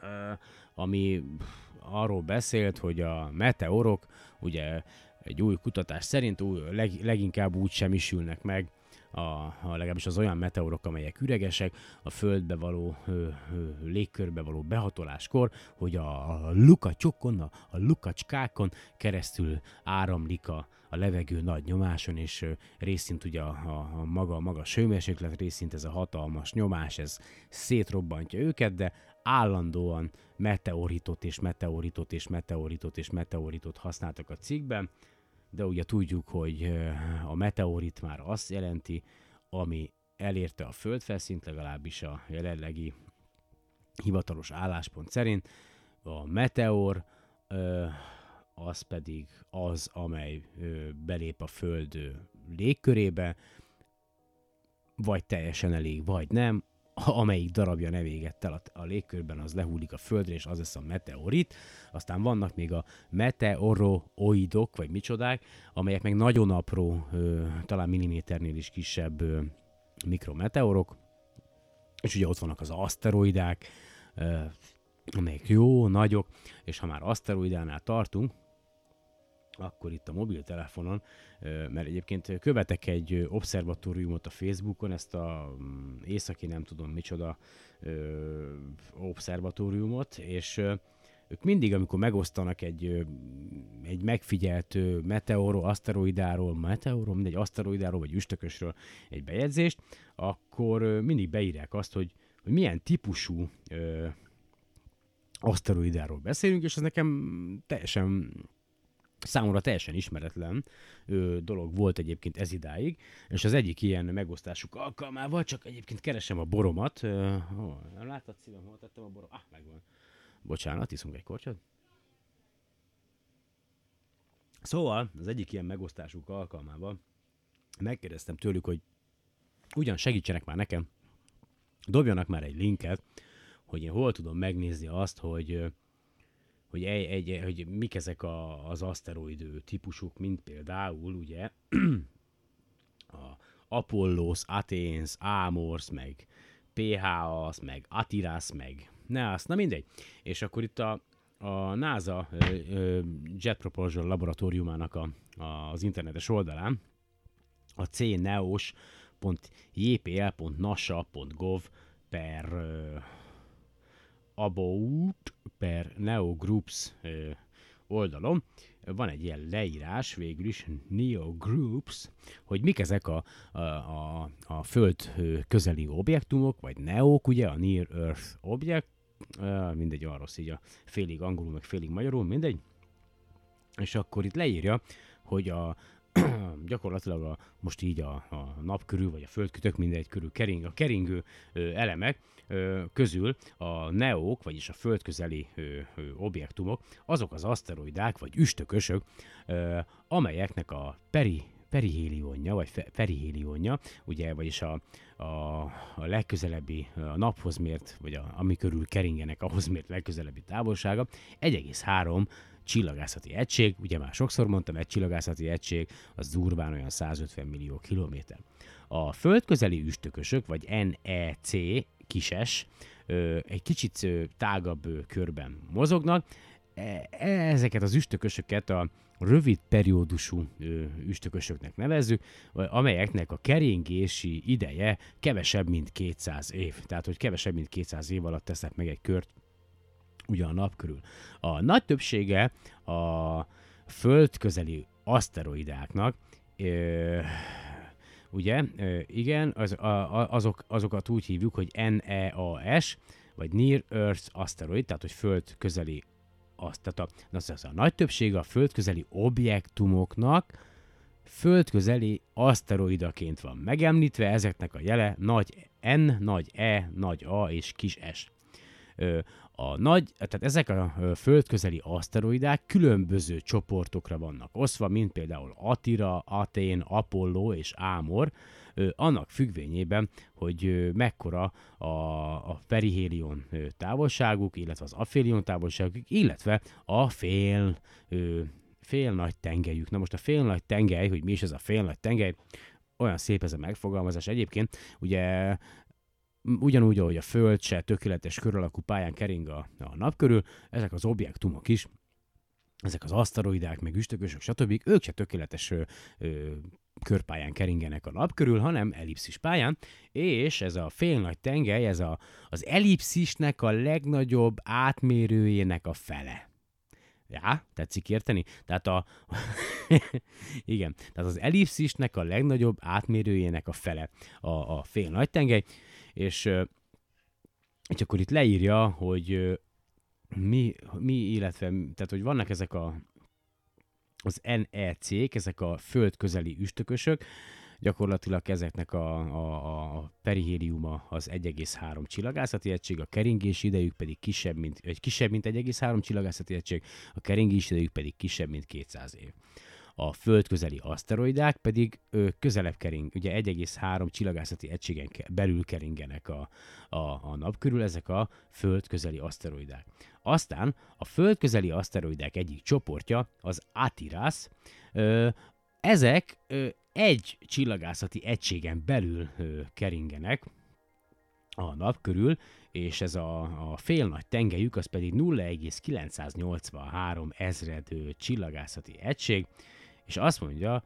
ami arról beszélt, hogy a meteorok, ugye egy új kutatás szerint új, leg, leginkább úgy semmisülnek meg, a, a, legalábbis az olyan meteorok, amelyek üregesek, a földbe való, ö, ö, légkörbe való behatoláskor, hogy a, a lukacsokon, a, a lukacskákon keresztül áramlik a, a levegő nagy nyomáson, és ö, részint ugye a, a, a maga, a magas hőmérséklet, részint ez a hatalmas nyomás, ez szétrobbantja őket, de állandóan meteoritot és meteoritot és meteoritot és meteoritot használtak a cikkben, de ugye tudjuk, hogy a meteorit már azt jelenti, ami elérte a földfelszínt, legalábbis a jelenlegi hivatalos álláspont szerint. A meteor az pedig az, amely belép a föld légkörébe, vagy teljesen elég, vagy nem. Amelyik darabja nem égett el a, a légkörben, az lehullik a földre, és az lesz a meteorit. Aztán vannak még a meteoroidok, vagy micsodák, amelyek meg nagyon apró, ö, talán milliméternél is kisebb ö, mikrometeorok. És ugye ott vannak az aszteroidák, ö, amelyek jó, nagyok, és ha már aszteroidánál tartunk, akkor itt a mobiltelefonon, mert egyébként követek egy obszervatóriumot a Facebookon, ezt a északi nem tudom micsoda obszervatóriumot, és ők mindig, amikor megosztanak egy, egy megfigyelt meteoro, aszteroidáról, meteoro, mindegy aszteroidáról vagy üstökösről egy bejegyzést, akkor mindig beírják azt, hogy, hogy milyen típusú aszteroidáról beszélünk, és ez nekem teljesen számomra teljesen ismeretlen ö, dolog volt egyébként ez idáig, és az egyik ilyen megosztásuk alkalmával, csak egyébként keresem a boromat. Ö, ó, nem láttad szívem, hol tettem a borom? Ah, megvan. Bocsánat, iszunk egy kortyot. Szóval az egyik ilyen megosztásuk alkalmával megkérdeztem tőlük, hogy ugyan segítsenek már nekem, dobjanak már egy linket, hogy én hol tudom megnézni azt, hogy Hogy, egy, egy, hogy mik ezek a, az aszteroid típusok, mint például ugye a Apollos, Athens, Amors, meg pé há á-sz, meg Atirász, meg neász, na mindegy. És akkor itt a, a NASA Jet Propulsion laboratóriumának a, a, az internetes oldalán a cneos pont j p l pont nasa pont gov per about per neogroups ö, oldalon van egy ilyen leírás, végül is neogroups, hogy mik ezek a, a, a, a föld közeli objektumok, vagy neók, ugye, a Near Earth Object, ö, mindegy, olyan rossz így a félig angolul, meg félig magyarul, mindegy. És akkor itt leírja, hogy a gyakorlatilag a, most így a, a nap körül, vagy a földkütök mindegy körül kering, a keringő ö, elemek ö, közül a neók, vagyis a földközeli ö, ö, objektumok, azok az aszteroidák, vagy üstökösök, ö, amelyeknek a peri, perihélionja, vagy fe, perihélionja, ugye, vagyis a, a, a legközelebbi a naphoz mért, vagy a, ami körül keringenek, ahhoz mért legközelebbi távolsága egy egész három csillagászati egység, ugye már sokszor mondtam, egy csillagászati egység, az durván olyan százötven millió kilométer. A földközeli üstökösök, vagy en e cé, kises, egy kicsit tágabb körben mozognak. Ezeket az üstökösöket a rövid periódusú üstökösöknek nevezzük, amelyeknek a keringési ideje kevesebb, mint kétszáz év. Tehát, hogy kevesebb, mint kétszáz év alatt tesznek meg egy kört ugye a nap körül. A nagy többsége a föld közeli aszteroidáknak, ö, ugye, ö, igen, az, a, azok, azokat úgy hívjuk, hogy N E A S, vagy Near Earth Asteroid, tehát hogy föld közeli azt, tehát a, az, az a nagy többsége a föld közeli objektumoknak földközeli aszteroidaként van megemlítve, ezeknek a jele nagy N, nagy E, nagy A és kis S. A nagy, tehát ezek a földközeli aszteroidák különböző csoportokra vannak osztva, mint például Attila, Athén, Apollo és Ámor, annak függvényében, hogy mekkora a, a perihélion távolságuk, illetve az afélion távolságuk, illetve a fél fél nagy tengelyük. Na most a fél nagy tengely, hogy mi is ez a fél nagy tengely, olyan szép ez a megfogalmazás. Egyébként ugye ugyanúgy, ahogy a Föld se tökéletes kör alakú pályán kering a, a nap körül, ezek az objektumok is, ezek az aszteroidák, meg üstökösök, stb. Ők se tökéletes ö, ö, körpályán keringenek a nap körül, hanem ellipszis pályán, és ez a fél nagy tengely, ez a, az ellipszisnek a legnagyobb átmérőjének a fele. Já, tetszik érteni? Tehát a... Igen, tehát az ellipszisnek a legnagyobb átmérőjének a fele a, a fél nagy tengely, és, és akkor itt leírja, hogy mi, mi, illetve, tehát hogy vannak ezek a, az N E C-k, ezek a földközeli üstökösök, gyakorlatilag ezeknek a, a, a perihéliuma az egy egész három csillagászati egység, a keringési idejük pedig kisebb, mint, egy kisebb, mint egy egész három csillagászati egység, a keringési idejük pedig kisebb, mint kétszáz év. A földközeli aszteroidák pedig ö, közelebb kering, ugye egy egész három csillagászati egységen belül keringenek a, a, a nap körül, ezek a földközeli aszteroidák. Aztán a földközeli aszteroidák egyik csoportja az Attiras, ö, ezek ö, egy csillagászati egységen belül ö, keringenek a nap körül, és ez a, a fél nagy tengelyük, az pedig nulla egész kilencszáznyolcvanhárom ezred ö, csillagászati egység, és azt mondja,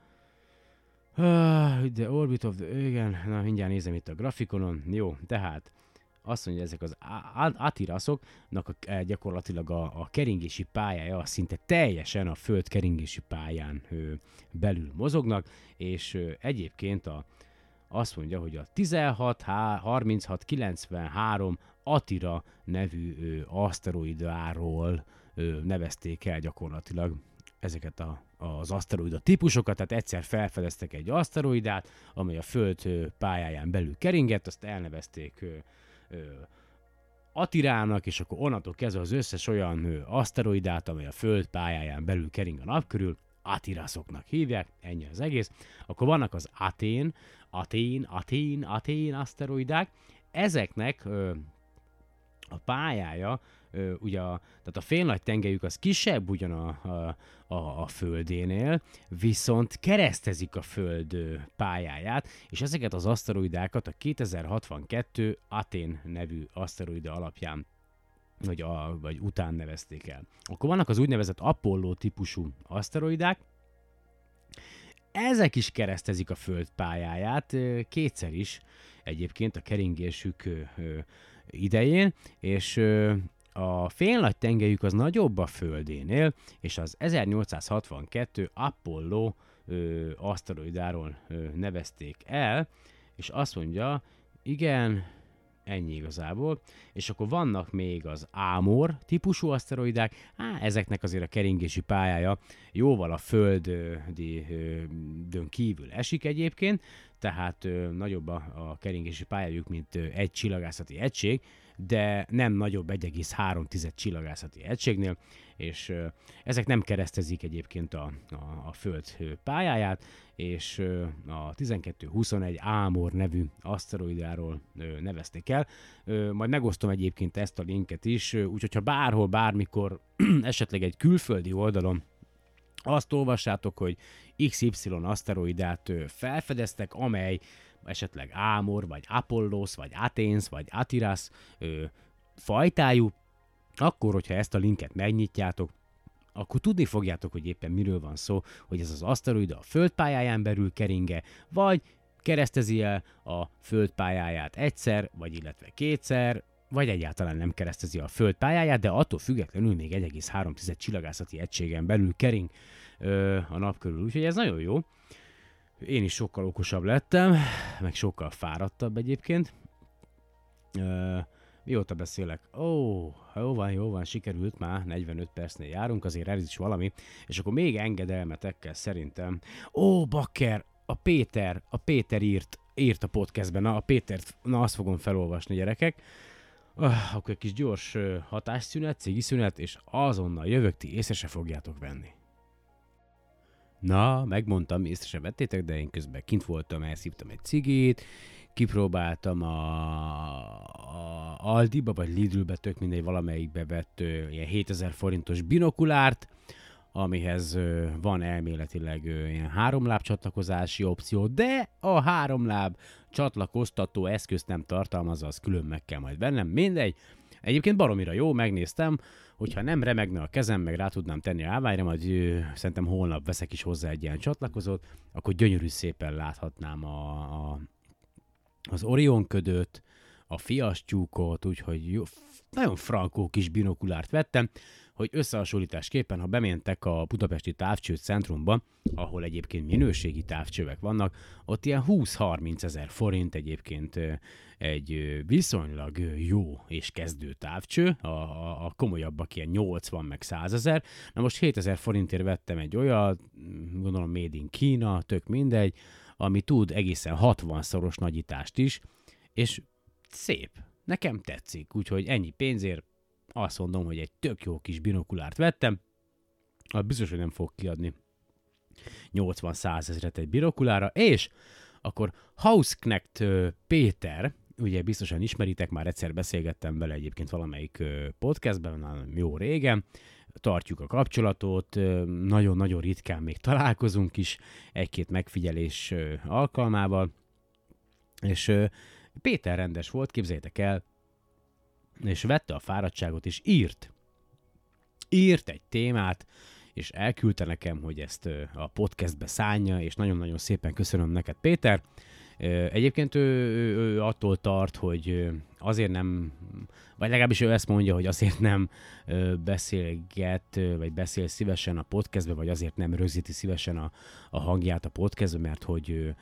the orbit of the, igen, na mindjárt nézem itt a grafikonon, jó, tehát azt mondja, ezek az Attirasoknak a, gyakorlatilag a, a keringési pályája szinte teljesen a Föld keringési pályán ö, belül mozognak, és ö, egyébként a, azt mondja, hogy a tizenhat harminchat kilencvenhárom Attila nevű ö, aszteroidáról ö, nevezték el gyakorlatilag ezeket a, az aszteroida típusokat, tehát egyszer felfedeztek egy aszteroidát, amely a Föld ö, pályáján belül keringett, azt elnevezték ö, Attirának, és akkor onnantól kezdve az összes olyan ö, aszteroidát, amely a Föld pályáján belül kering a nap körül, Attirasoknak hívják, ennyi az egész. Akkor vannak az Athén, Athén, Athén, Athén aszteroidák, ezeknek ö, a pályája, ö, ugye a, tehát a fél nagy tengelyük az kisebb ugyan a, a, a, a Földénél, viszont keresztezik a Föld ö, pályáját, és ezeket az aszteroidákat a kétezer-hatvankettő Athén nevű aszteroida alapján vagy, a, vagy után nevezték el. Akkor vannak az úgynevezett Apollo típusú aszteroidák, ezek is keresztezik a Föld pályáját, ö, kétszer is egyébként a keringésük ö, ö, idején, és ö, a fél nagy tengelyük az nagyobb a Földénél, és az ezernyolcszázhatvankettő Apollo ö, aszteroidáról ö, nevezték el, és azt mondja, igen, ennyi igazából, és akkor vannak még az Ámor típusú aszteroidák, á, ezeknek azért a keringési pályája jóval a Földön kívül esik egyébként, tehát ö, nagyobb a, a keringési pályájuk, mint ö, egy csillagászati egység, de nem nagyobb egy egész három csillagászati egységnél, és ö, ezek nem keresztezik egyébként a, a, a Föld pályáját, és ö, a tizenkettő huszonegy Ámor nevű aszteroidáról ö, nevezték el. Ö, majd megosztom egyébként ezt a linket is, úgyhogy ha bárhol, bármikor, esetleg egy külföldi oldalon azt olvassátok, hogy iksz ipszilon aszteroidát ö, felfedeztek, amely esetleg Ámor, vagy Apollos, vagy Athénsz, vagy Attiras ö, fajtájú, akkor, hogyha ezt a linket megnyitjátok, akkor tudni fogjátok, hogy éppen miről van szó, hogy ez az aszteroida a Föld pályáján belül keringe, vagy keresztezi el a Föld pályáját egyszer, vagy illetve kétszer, vagy egyáltalán nem keresztezi a Föld pályáját, de attól függetlenül még egy egész három csillagászati egységen belül kering ö, a nap körül. Úgyhogy ez nagyon jó. Én is sokkal okosabb lettem, meg sokkal fáradtabb egyébként. Ö, mióta beszélek? Ó, jó van, jó van, sikerült már, negyvenöt percnél járunk, azért ez is valami. És akkor még engedelmetekkel szerintem. Ó, bakker, a Péter, a Péter írt, írt a podcastben, na a Pétert, na azt fogom felolvasni, gyerekek. Uh, akkor egy kis gyors uh, hatásszünet, cigiszünet, és azonnal jövök, ti észre se fogjátok venni. Na, megmondtam, észre se vettétek, de én közben kint voltam, elszívtam egy cigit, kipróbáltam a, a Aldiba, vagy Lidlbe, tök mindegy, valamelyikbe vett uh, ilyen hétezer forintos binokulárt, amihez ö, van elméletileg ö, ilyen háromláb csatlakozási opció, de a háromláb csatlakoztató eszközt nem tartalmazza, az külön meg kell majd vennem, mindegy. Egyébként baromira jó, megnéztem, hogyha nem remegne a kezem, meg rá tudnám tenni a állványra, majd ö, szerintem holnap veszek is hozzá egy ilyen csatlakozót, akkor gyönyörű szépen láthatnám a, a, az Orion ködöt, a fiastyúkot, úgyhogy jó, nagyon frankó kis binokulárt vettem, hogy összehasonlításképpen, ha bementek a budapesti távcső centrumba, ahol egyébként minőségi távcsövek vannak, ott ilyen húsz-harminc ezer forint egyébként egy viszonylag jó és kezdő távcső, a, a, a komolyabbak ilyen nyolcvan meg száz ezer. Na most hétezer forintért vettem egy olyat, gondolom made in Kína, tök mindegy, ami tud egészen hatvanszoros nagyítást is, és szép. Nekem tetszik, úgyhogy ennyi pénzért azt mondom, hogy egy tök jó kis binokulárt vettem. Hát biztos, hogy nem fog kiadni nyolcvan-száz ezret egy binokulára, és akkor Hausknecht Péter, ugye biztosan ismeritek, már egyszer beszélgettem vele egyébként valamelyik podcastben, jó régen, tartjuk a kapcsolatot, nagyon-nagyon ritkán még találkozunk is, egy-két megfigyelés alkalmával, és Péter rendes volt, képzeljétek el, és vette a fáradtságot, és írt. Írt egy témát, és elküldte nekem, hogy ezt a podcastbe szánja, és nagyon-nagyon szépen köszönöm neked, Péter. Egyébként ő, ő, ő attól tart, hogy azért nem, vagy legalábbis ő ezt mondja, hogy azért nem beszélget, vagy beszél szívesen a podcastbe, vagy azért nem rögzíti szívesen a, a hangját a podcastbe, mert hogy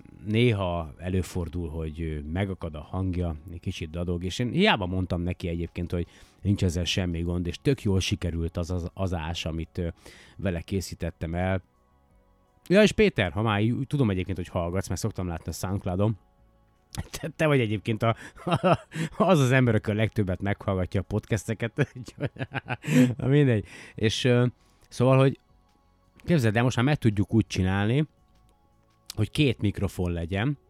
néha előfordul, hogy megakad a hangja, egy kicsit dadog, és én hiába mondtam neki egyébként, hogy nincs ezzel semmi gond, és tök jól sikerült az az, az ás, amit vele készítettem el. Ja, és Péter, ha már tudom egyébként, hogy hallgatsz, mert szoktam látni a SoundCloudon, te, te vagy egyébként a, a, az az ember, aki a legtöbbet meghallgatja a podcasteket, na mindegy. És szóval, hogy képzeld el, most már meg tudjuk úgy csinálni, hogy két mikrofon legyen,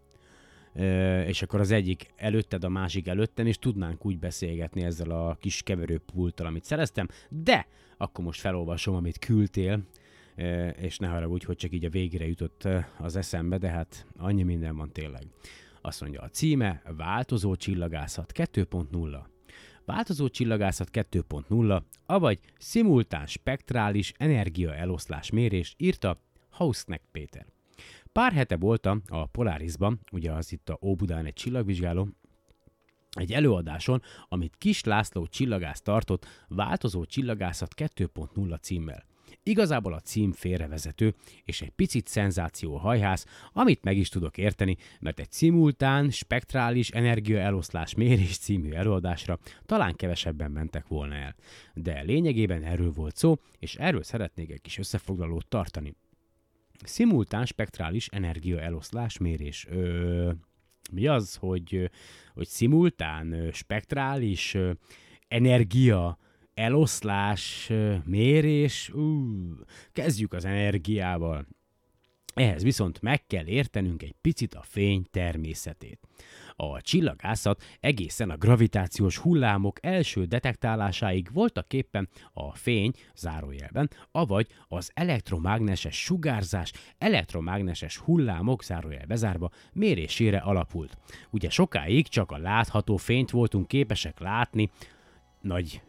és akkor az egyik előtted, a másik előttem, és tudnánk úgy beszélgetni ezzel a kis keverőpulttal, amit szereztem, de akkor most felolvasom, amit küldtél, és ne haragudj, hogy csak így a végére jutott az eszembe, de hát annyi minden van tényleg. Azt mondja, a címe Változó csillagászat kettő pont nulla. Változó csillagászat kettő pont nulla, avagy szimultán spektrális energiaeloszlás mérést írta Hausknecht Péter. Pár hete voltam a Polarisban, ugye az itt a Óbudán egy csillagvizsgáló, egy előadáson, amit Kis László csillagász tartott, Változó csillagászat kettő pont nulla címmel. Igazából a cím félrevezető, és egy picit szenzációhajhász, amit meg is tudok érteni, mert egy szimultán, spektrális energiaeloszlás mérés című előadásra talán kevesebben mentek volna el. De lényegében erről volt szó, és erről szeretnék egy kis összefoglalót tartani. Szimultán spektrális energiaeloszlás mérés. Ö, mi az, hogy, hogy szimultán spektrális energia eloszlás mérés? Ú, kezdjük az energiával. Ehhez viszont meg kell értenünk egy picit a fény természetét. A csillagászat egészen a gravitációs hullámok első detektálásáig voltaképpen a fény, zárójelben, avagy az elektromágneses sugárzás, elektromágneses hullámok, zárójel bezárva, mérésére alapult. Ugye sokáig csak a látható fényt voltunk képesek látni, nagy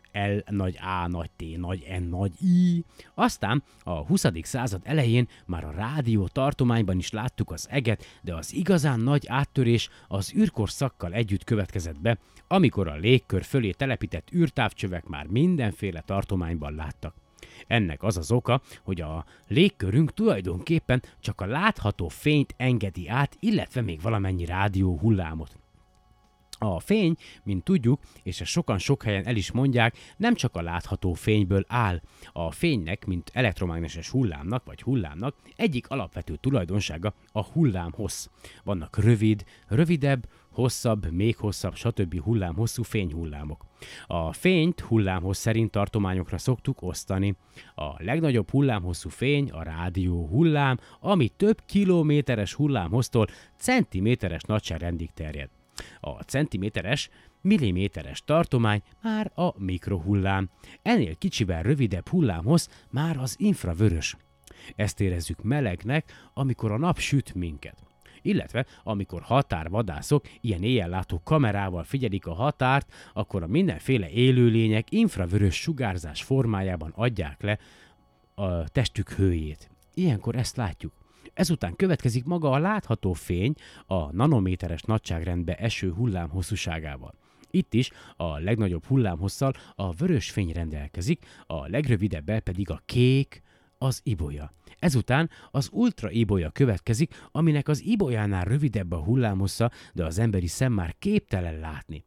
L, nagy A, nagy T, nagy N, nagy I. Aztán a huszadik század elején már a rádió tartományban is láttuk az eget, de az igazán nagy áttörés az űrkorszakkal együtt következett be, amikor a légkör fölé telepített űrtávcsövek már mindenféle tartományban láttak. Ennek az az oka, hogy a légkörünk tulajdonképpen csak a látható fényt engedi át, illetve még valamennyi rádió hullámot. A fény, mint tudjuk, és ezt sokan sok helyen el is mondják, nem csak a látható fényből áll. A fénynek, mint elektromágneses hullámnak vagy hullámnak egyik alapvető tulajdonsága a hullámhossz. Vannak rövid, rövidebb, hosszabb, még hosszabb, stb. Hullámhosszú fényhullámok. A fényt hullámhossz szerint tartományokra szoktuk osztani. A legnagyobb hullámhosszú fény a rádió hullám, ami több kilométeres hullámhossztól centiméteres nagyságrendig terjed. A centiméteres, milliméteres tartomány már a mikrohullám. Ennél kicsivel rövidebb hullámhossz már az infravörös. Ezt érezzük melegnek, amikor a nap süt minket. Illetve amikor határvadászok ilyen éjjellátó kamerával figyelik a határt, akkor a mindenféle élőlények infravörös sugárzás formájában adják le a testük hőjét. Ilyenkor ezt látjuk. Ezután következik maga a látható fény a nanométeres nagyságrendbe eső hullám hosszúságával. Itt is a legnagyobb hullámhosszal a vörös fény rendelkezik, a legrövidebbel pedig a kék, az ibolya. Ezután az ultra ibolya következik, aminek az ibolyánál rövidebb a hullámhossza, de az emberi szem már képtelen látni.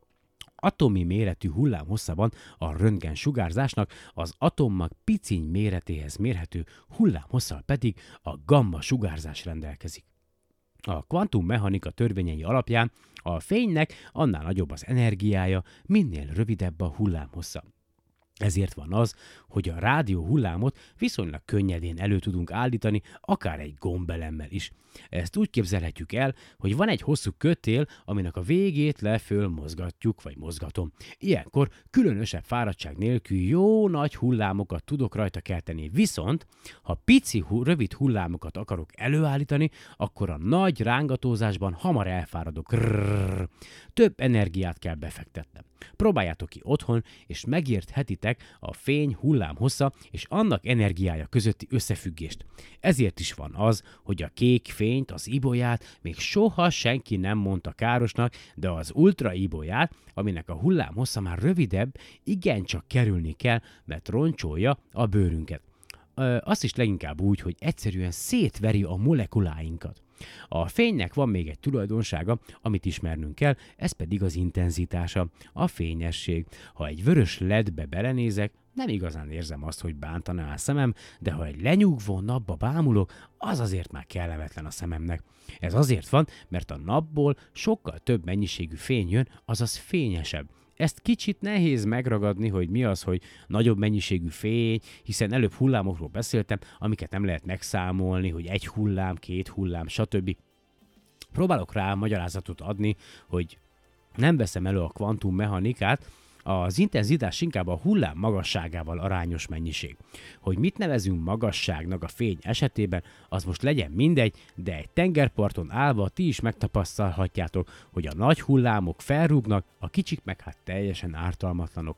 Atomi méretű hullámhosszában a röntgen sugárzásnak az atommag piciny méretéhez mérhető hullámhosszal pedig a gamma sugárzás rendelkezik. A kvantummechanika törvényei alapján a fénynek annál nagyobb az energiája, minél rövidebb a hullámhossza. Ezért van az, hogy a rádió hullámot viszonylag könnyedén elő tudunk állítani, akár egy gombelemmel is. Ezt úgy képzelhetjük el, hogy van egy hosszú kötél, aminek a végét le-föl mozgatjuk, vagy mozgatom. Ilyenkor különösebb fáradtság nélkül jó nagy hullámokat tudok rajta kelteni. Viszont, ha pici, rövid hullámokat akarok előállítani, akkor a nagy rángatózásban hamar elfáradok. Rrrr. Több energiát kell befektetnem. Próbáljátok ki otthon, és megérthetitek a fény hullámhossza és annak energiája közötti összefüggést. Ezért is van az, hogy a kék fényt, az ibolyát még soha senki nem mondta károsnak, de az ultra ibolyát, aminek a hullámhossza már rövidebb, igencsak kerülni kell, mert roncsolja a bőrünket. Ö, azt is leginkább úgy, hogy egyszerűen szétveri a molekuláinkat. A fénynek van még egy tulajdonsága, amit ismernünk kell, ez pedig az intenzitása, a fényesség. Ha egy vörös ledbe belenézek, nem igazán érzem azt, hogy bántaná a szemem, de ha egy lenyugvó napba bámulok, az azért már kellemetlen a szememnek. Ez azért van, mert a napból sokkal több mennyiségű fény jön, azaz fényesebb. Ezt kicsit nehéz megragadni, hogy mi az, hogy nagyobb mennyiségű fény, hiszen előbb hullámokról beszéltem, amiket nem lehet megszámolni, hogy egy hullám, két hullám, stb. Próbálok rá magyarázatot adni, hogy nem veszem elő a kvantummechanikát, az intenzitás inkább a hullám magasságával arányos mennyiség. Hogy mit nevezünk magasságnak a fény esetében, az most legyen mindegy, de egy tengerparton állva ti is megtapasztalhatjátok, hogy a nagy hullámok felrúgnak, a kicsik meg hát teljesen ártalmatlanok.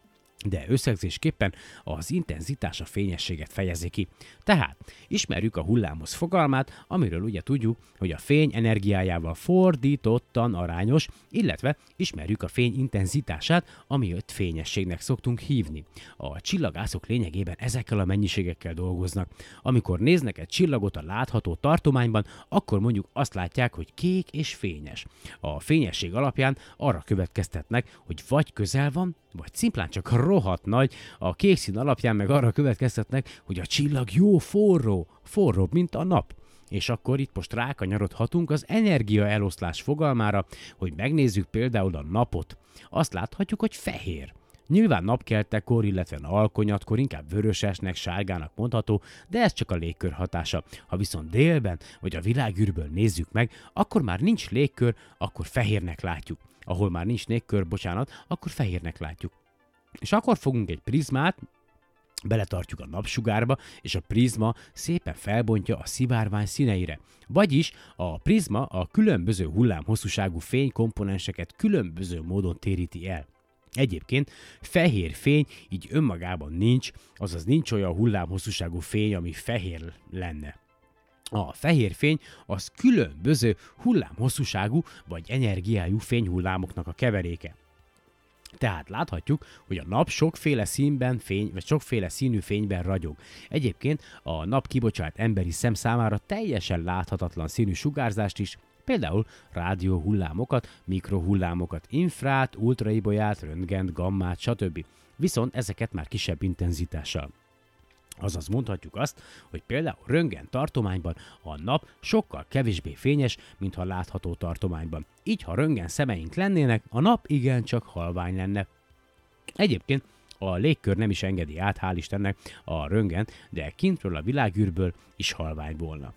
De összegzésképpen az intenzitás a fényességet fejezi ki. Tehát ismerjük a hullámhossz fogalmát, amiről ugye tudjuk, hogy a fény energiájával fordítottan arányos, illetve ismerjük a fény intenzitását, amilyet fényességnek szoktunk hívni. A csillagászok lényegében ezekkel a mennyiségekkel dolgoznak. Amikor néznek egy csillagot a látható tartományban, akkor mondjuk azt látják, hogy kék és fényes. A fényesség alapján arra következtetnek, hogy vagy közel van, vagy szimplán csak rohadt nagy, a kék szín alapján meg arra következtetnek, hogy a csillag jó forró, forróbb, mint a nap. És akkor itt most rákanyarodhatunk az energiaeloszlás fogalmára, hogy megnézzük például a napot. Azt láthatjuk, hogy fehér. Nyilván napkeltekor, illetve alkonyatkor inkább vörösesnek, sárgának mondható, de ez csak a légkör hatása. Ha viszont délben vagy a világűrből nézzük meg, akkor már nincs légkör, akkor fehérnek látjuk. Ahol már nincs légkör, bocsánat, akkor fehérnek látjuk. És akkor fogunk egy prizmát, beletartjuk a napsugárba, és a prizma szépen felbontja a szivárvány színeire. Vagyis a prizma a különböző hullámhosszúságú fénykomponenseket különböző módon téríti el. Egyébként fehér fény így önmagában nincs, azaz nincs olyan hullámhosszúságú fény, ami fehér lenne. A fehér fény az különböző hullámhosszúságú vagy energiájú fényhullámoknak a keveréke. Tehát láthatjuk, hogy a nap sokféle színben fény, vagy sokféle színű fényben ragyog. Egyébként a nap kibocsát emberi szem számára teljesen láthatatlan színű sugárzást is, például rádióhullámokat, mikrohullámokat, infrát, ultraibolyát, röntgent, gammát, stb. Viszont ezeket már kisebb intenzitással. Azaz mondhatjuk azt, hogy például röntgen tartományban a nap sokkal kevésbé fényes, mint ha látható tartományban. Így, ha röntgen szemeink lennének, a nap igencsak halvány lenne. Egyébként a légkör nem is engedi át, hál' Istennek, a röntgent, de kintről a világűrből is halvány volna.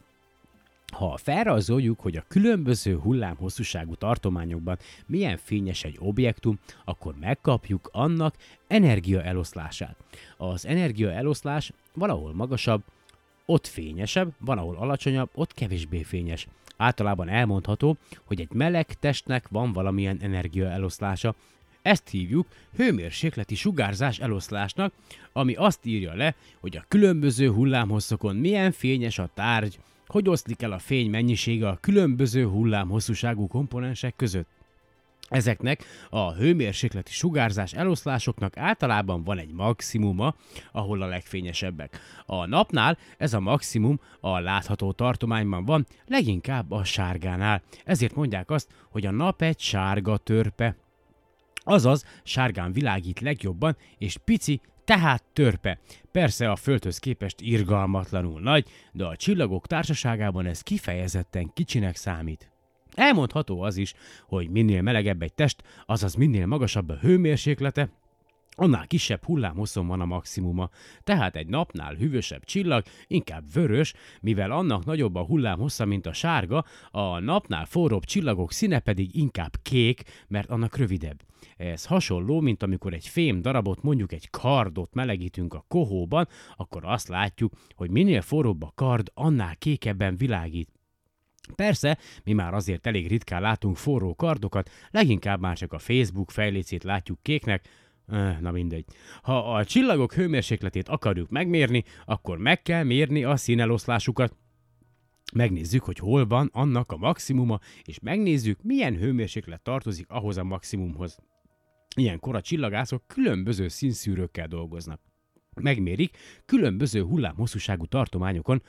Ha felrajzoljuk, hogy a különböző hullámhosszúságú tartományokban milyen fényes egy objektum, akkor megkapjuk annak energiaeloszlását. Az energiaeloszlás valahol magasabb, ott fényesebb, van ahol alacsonyabb, ott kevésbé fényes. Általában elmondható, hogy egy meleg testnek van valamilyen energiaeloszlása. Ezt hívjuk hőmérsékleti sugárzás eloszlásnak, ami azt írja le, hogy a különböző hullámhosszokon milyen fényes a tárgy, hogy oszlik el a fény mennyisége a különböző hullámhosszúságú komponensek között. Ezeknek a hőmérsékleti sugárzás eloszlásoknak általában van egy maximuma, ahol a legfényesebbek. A napnál ez a maximum a látható tartományban van, leginkább a sárgánál. Ezért mondják azt, hogy a nap egy sárga törpe. Azaz, sárgán világít legjobban, és pici, tehát törpe. Persze a Földhöz képest irgalmatlanul nagy, de a csillagok társaságában ez kifejezetten kicsinek számít. Elmondható az is, hogy minél melegebb egy test, azaz minél magasabb a hőmérséklete, annál kisebb hullámhosszon van a maximuma. Tehát egy napnál hűvösebb csillag inkább vörös, mivel annak nagyobb a hullámhossza, mint a sárga, a napnál forróbb csillagok színe pedig inkább kék, mert annak rövidebb. Ez hasonló, mint amikor egy fém darabot, mondjuk egy kardot melegítünk a kohóban, akkor azt látjuk, hogy minél forróbb a kard, annál kékebben világít. Persze, mi már azért elég ritkán látunk forró kardokat, leginkább már csak a Facebook fejlécét látjuk kéknek, na mindegy. Ha a csillagok hőmérsékletét akarjuk megmérni, akkor meg kell mérni a színeloszlásukat. Megnézzük, hogy hol van annak a maximuma, és megnézzük, milyen hőmérséklet tartozik ahhoz a maximumhoz. Ilyenkor a csillagászok különböző színszűrőkkel dolgoznak. Megmérik különböző hullámhosszúságú tartományokon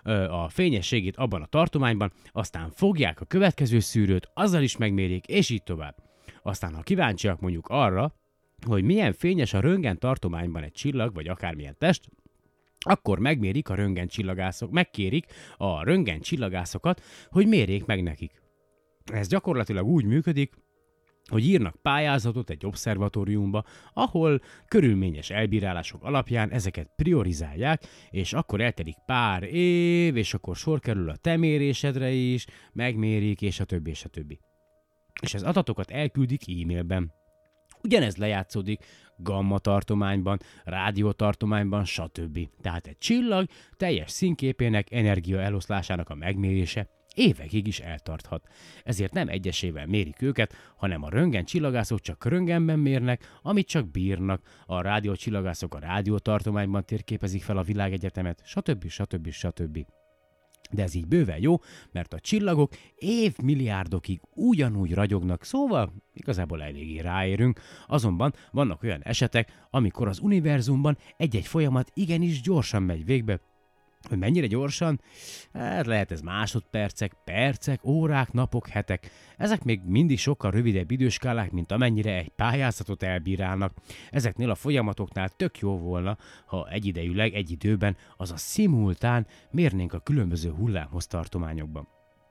a fényességét abban a tartományban, aztán fogják a következő szűrőt, azzal is megmérik, és így tovább. Aztán, ha kíváncsiak mondjuk arra, hogy milyen fényes a röntgen tartományban egy csillag, vagy akármilyen test, akkor megmérik a röntgencsillagászok, megkérik a röntgencillagászokat, hogy mérjék meg nekik. Ez gyakorlatilag úgy működik, hogy írnak pályázatot egy obszervatóriumba, ahol körülményes elbírálások alapján ezeket priorizálják, és akkor eltelik pár év, és akkor sor kerül a te mérésedre is, megmérik, és a többi, és a többi. És az adatokat elküldik e-mailben. Ugyanez lejátszódik gamma tartományban, rádió tartományban, stb. Tehát egy csillag teljes színképének, energiaeloszlásának a megmérése évekig is eltarthat. Ezért nem egyesével mérik őket, hanem a röntgencsillagászok csak röntgenben mérnek, amit csak bírnak, a rádiócsillagászok a rádiótartományban térképezik fel a világegyetemet, stb. stb. stb. De ez így bőven jó, mert a csillagok évmilliárdokig ugyanúgy ragyognak, szóval igazából eléggé ráérünk. Azonban vannak olyan esetek, amikor az univerzumban egy-egy folyamat igenis gyorsan megy végbe. Hogy mennyire gyorsan? Hát lehet ez másodpercek, percek, órák, napok, hetek. Ezek még mindig sokkal rövidebb időskálák, mint amennyire egy pályázatot elbírálnak. Ezeknél a folyamatoknál tök jó volna, ha egyidejűleg, egy időben, azaz szimultán mérnénk a különböző hullámhossztartományokban.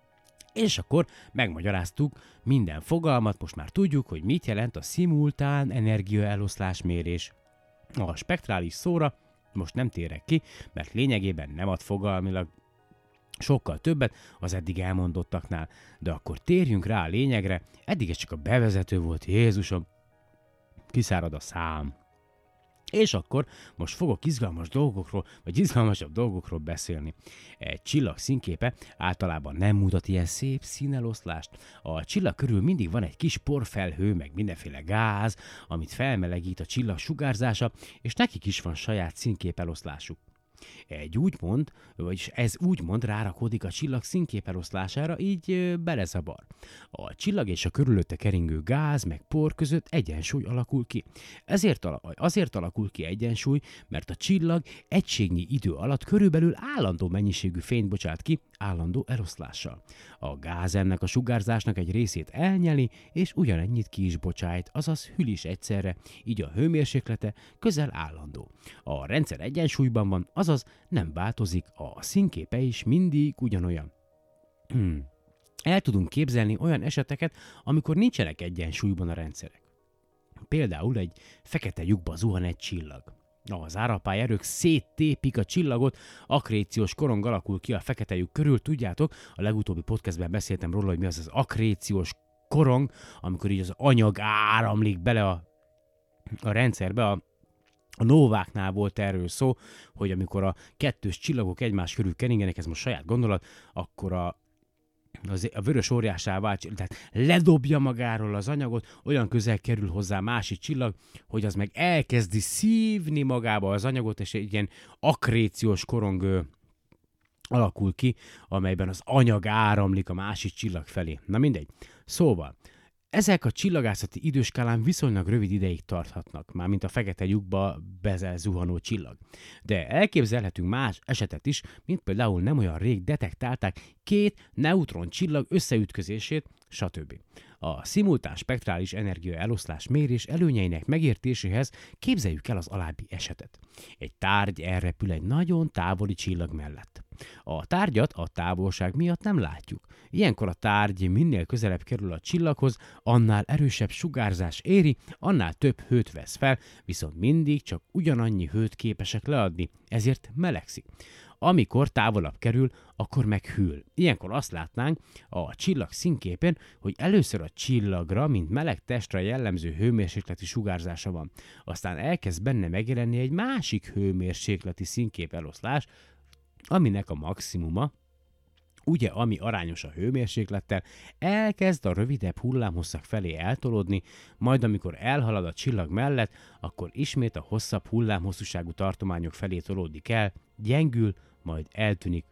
És akkor megmagyaráztuk minden fogalmat, most már tudjuk, hogy mit jelent a szimultán energiaeloszlás mérés. A spektrális szóra most nem térek ki, mert lényegében nem ad fogalmilag sokkal többet az eddig elmondottaknál, de akkor térjünk rá a lényegre, eddig ez csak a bevezető volt, Jézusom, kiszárad a szám. És akkor most fogok izgalmas dolgokról, vagy izgalmasabb dolgokról beszélni. Egy csillag színképe általában nem mutat ilyen szép színeloszlást. A csillag körül mindig van egy kis porfelhő, meg mindenféle gáz, amit felmelegít a csillag sugárzása, és nekik is van saját színképeloszlásuk. Egy úgymond, vagyis ez úgymond rárakódik a csillag színképeloszlására, így ö, belezavar. A csillag és a körülötte keringő gáz meg por között egyensúly alakul ki. Ezért ala, azért alakul ki egyensúly, mert a csillag egységnyi idő alatt körülbelül állandó mennyiségű fényt bocsát ki, állandó eloszlással. A gáz ennek a sugárzásnak egy részét elnyeli, és ugyanennyit ki is bocsájt, azaz hűl is egyszerre, így a hőmérséklete közel állandó. A rendszer egyensúlyban van, azaz nem változik, a színképe is mindig ugyanolyan. Hmm. El tudunk képzelni olyan eseteket, amikor nincsenek egyensúlyban a rendszerek. Például egy fekete lyukba zuhan egy csillag. Az árapály erők széttépik a csillagot, akréciós korong alakul ki a fekete lyuk körül. Tudjátok, a legutóbbi podcastben beszéltem róla, hogy mi az az akréciós korong, amikor így az anyag áramlik bele a, a rendszerbe. A, a nóváknál volt erről szó, hogy amikor a kettős csillagok egymás körül keringenek, ez most saját gondolat, akkor a Az, a vörös óriássá vált, tehát ledobja magáról az anyagot, olyan közel kerül hozzá másik csillag, hogy az meg elkezdi szívni magába az anyagot, és egy ilyen akréciós korong ö, alakul ki, amelyben az anyag áramlik a másik csillag felé. Na mindegy. Szóval, ezek a csillagászati időskálán viszonylag rövid ideig tarthatnak, mármint a fekete lyukba bezuhanó csillag. De elképzelhetünk más esetet is, mint például nem olyan rég detektálták két neutron csillag összeütközését, stb. A szimultán spektrális energia eloszlás mérés előnyeinek megértéséhez képzeljük el az alábbi esetet. Egy tárgy elrepül egy nagyon távoli csillag mellett. A tárgyat a távolság miatt nem látjuk. Ilyenkor a tárgy minél közelebb kerül a csillaghoz, annál erősebb sugárzás éri, annál több hőt vesz fel, viszont mindig csak ugyanannyi hőt képesek leadni, ezért melegszik. Amikor távolabb kerül, akkor meghűl. Ilyenkor azt látnánk a csillag színképen, hogy először a csillagra, mint meleg testre jellemző hőmérsékleti sugárzása van. Aztán elkezd benne megjelenni egy másik hőmérsékleti színkép eloszlás, aminek a maximuma, ugye ami arányos a hőmérséklettel, elkezd a rövidebb hullámhosszak felé eltolódni, majd amikor elhalad a csillag mellett, akkor ismét a hosszabb hullámhosszúságú tartományok felé tolódik el, gyengül, majd eltűnik,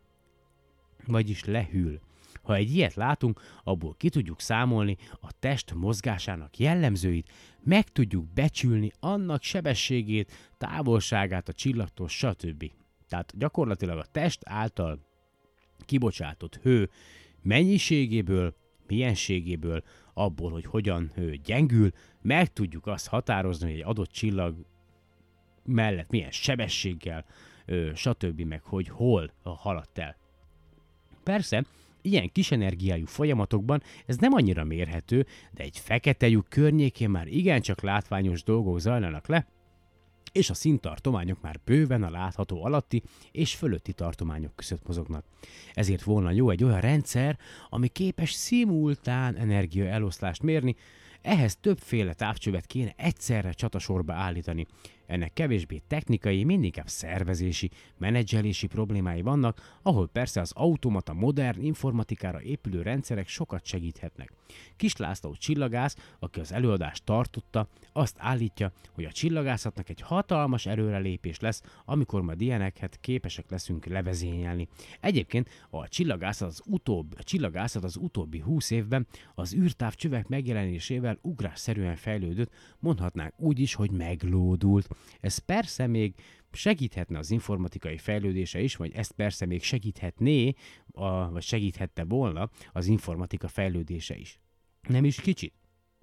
vagyis lehűl. Ha egy ilyet látunk, abból ki tudjuk számolni a test mozgásának jellemzőit, meg tudjuk becsülni annak sebességét, távolságát a csillagtól, stb. Tehát gyakorlatilag a test által kibocsátott hő mennyiségéből, mienségéből, abból, hogy hogyan hő gyengül, meg tudjuk azt határozni, hogy egy adott csillag mellett milyen sebességgel, ö, stb. Meg hogy hol haladt el. Persze, ilyen kis energiájú folyamatokban ez nem annyira mérhető, de egy fekete lyuk környékén már igencsak látványos dolgok zajlanak le, és a színtartományok már bőven a látható alatti és fölötti tartományok között mozognak. Ezért volna jó egy olyan rendszer, ami képes szimultán energia eloszlást mérni, ehhez többféle távcsövet kéne egyszerre csatasorba állítani. Ennek kevésbé technikai, mindinkább szervezési, menedzselési problémái vannak, ahol persze az automata modern informatikára épülő rendszerek sokat segíthetnek. Kis László csillagász, aki az előadást tartotta, azt állítja, hogy a csillagászatnak egy hatalmas erőrelépés lesz, amikor majd ilyeneket képesek leszünk levezényelni. Egyébként a csillagászat az, utóbb, a csillagászat az utóbbi húsz évben az űrtávcsövek megjelenésével ugrásszerűen fejlődött, mondhatnánk úgy is, hogy meglódult. Ez persze még segíthetne az informatikai fejlődése is, vagy ezt persze még segíthetné, a, vagy segíthette volna az informatika fejlődése is. Nem is kicsit.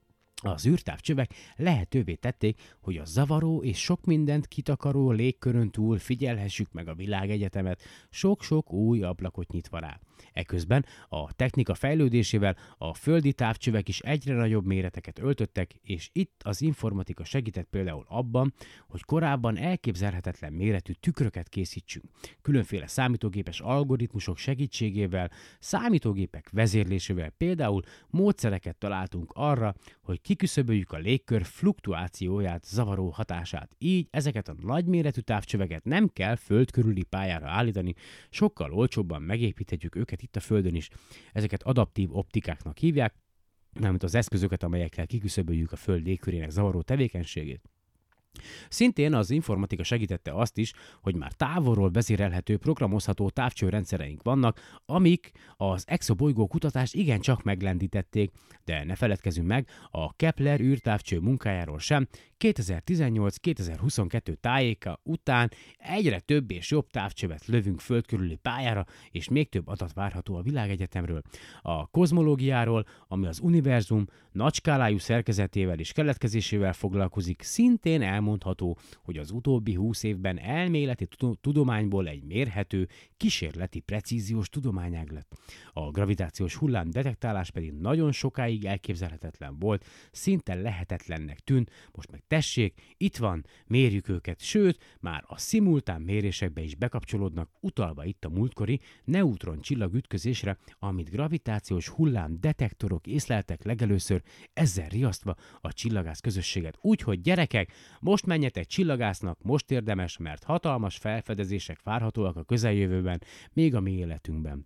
Az űrtávcsövek lehetővé tették, hogy a zavaró és sok mindent kitakaró légkörön túl figyelhessük meg a világegyetemet, sok-sok új ablakot nyitva rá. Eközben a technika fejlődésével a földi távcsövek is egyre nagyobb méreteket öltöttek, és itt az informatika segített például abban, hogy korábban elképzelhetetlen méretű tükröket készítsünk. Különféle számítógépes algoritmusok segítségével, számítógépek vezérlésével például módszereket találtunk arra, hogy kiküszöböljük a légkör fluktuációját, zavaró hatását. Így ezeket a nagyméretű távcsöveket nem kell föld körüli pályára állítani, sokkal olcsóbban megépíthetjük őket itt a Földön is. Ezeket adaptív optikáknak hívják, mármint az eszközöket, amelyekkel kiküszöböljük a Föld légkörének zavaró tevékenységét. Szintén az informatika segítette azt is, hogy már távolról vezérelhető, programozható távcsőrendszereink vannak, amik az exobolygó kutatást igencsak meglendítették, de ne feledkezzünk meg a Kepler űrtávcső munkájáról sem. kétezer-tizennyolc-kétezer-huszonkettő tájéka után egyre több és jobb távcsövet lövünk föld körüli pályára, és még több adat várható a világegyetemről. A kozmológiáról, ami az univerzum nagyskálájú szerkezetével és keletkezésével foglalkozik, szintén elmondható, hogy az utóbbi húsz évben elméleti tudományból egy mérhető, kísérleti precíziós tudományág lett. A gravitációs hullám detektálás pedig nagyon sokáig elképzelhetetlen volt, szinte lehetetlennek tűnt, most meg tessék, itt van, mérjük őket, sőt, már a szimultán mérésekbe is bekapcsolódnak, utalva itt a múltkori neutron csillagütközésre, amit gravitációs hullám detektorok észleltek legelőször, ezzel riasztva a csillagász közösséget. Úgyhogy gyerekek, most menjetek csillagásznak, most érdemes, mert hatalmas felfedezések várhatóak a közeljövőben, még a mi életünkben.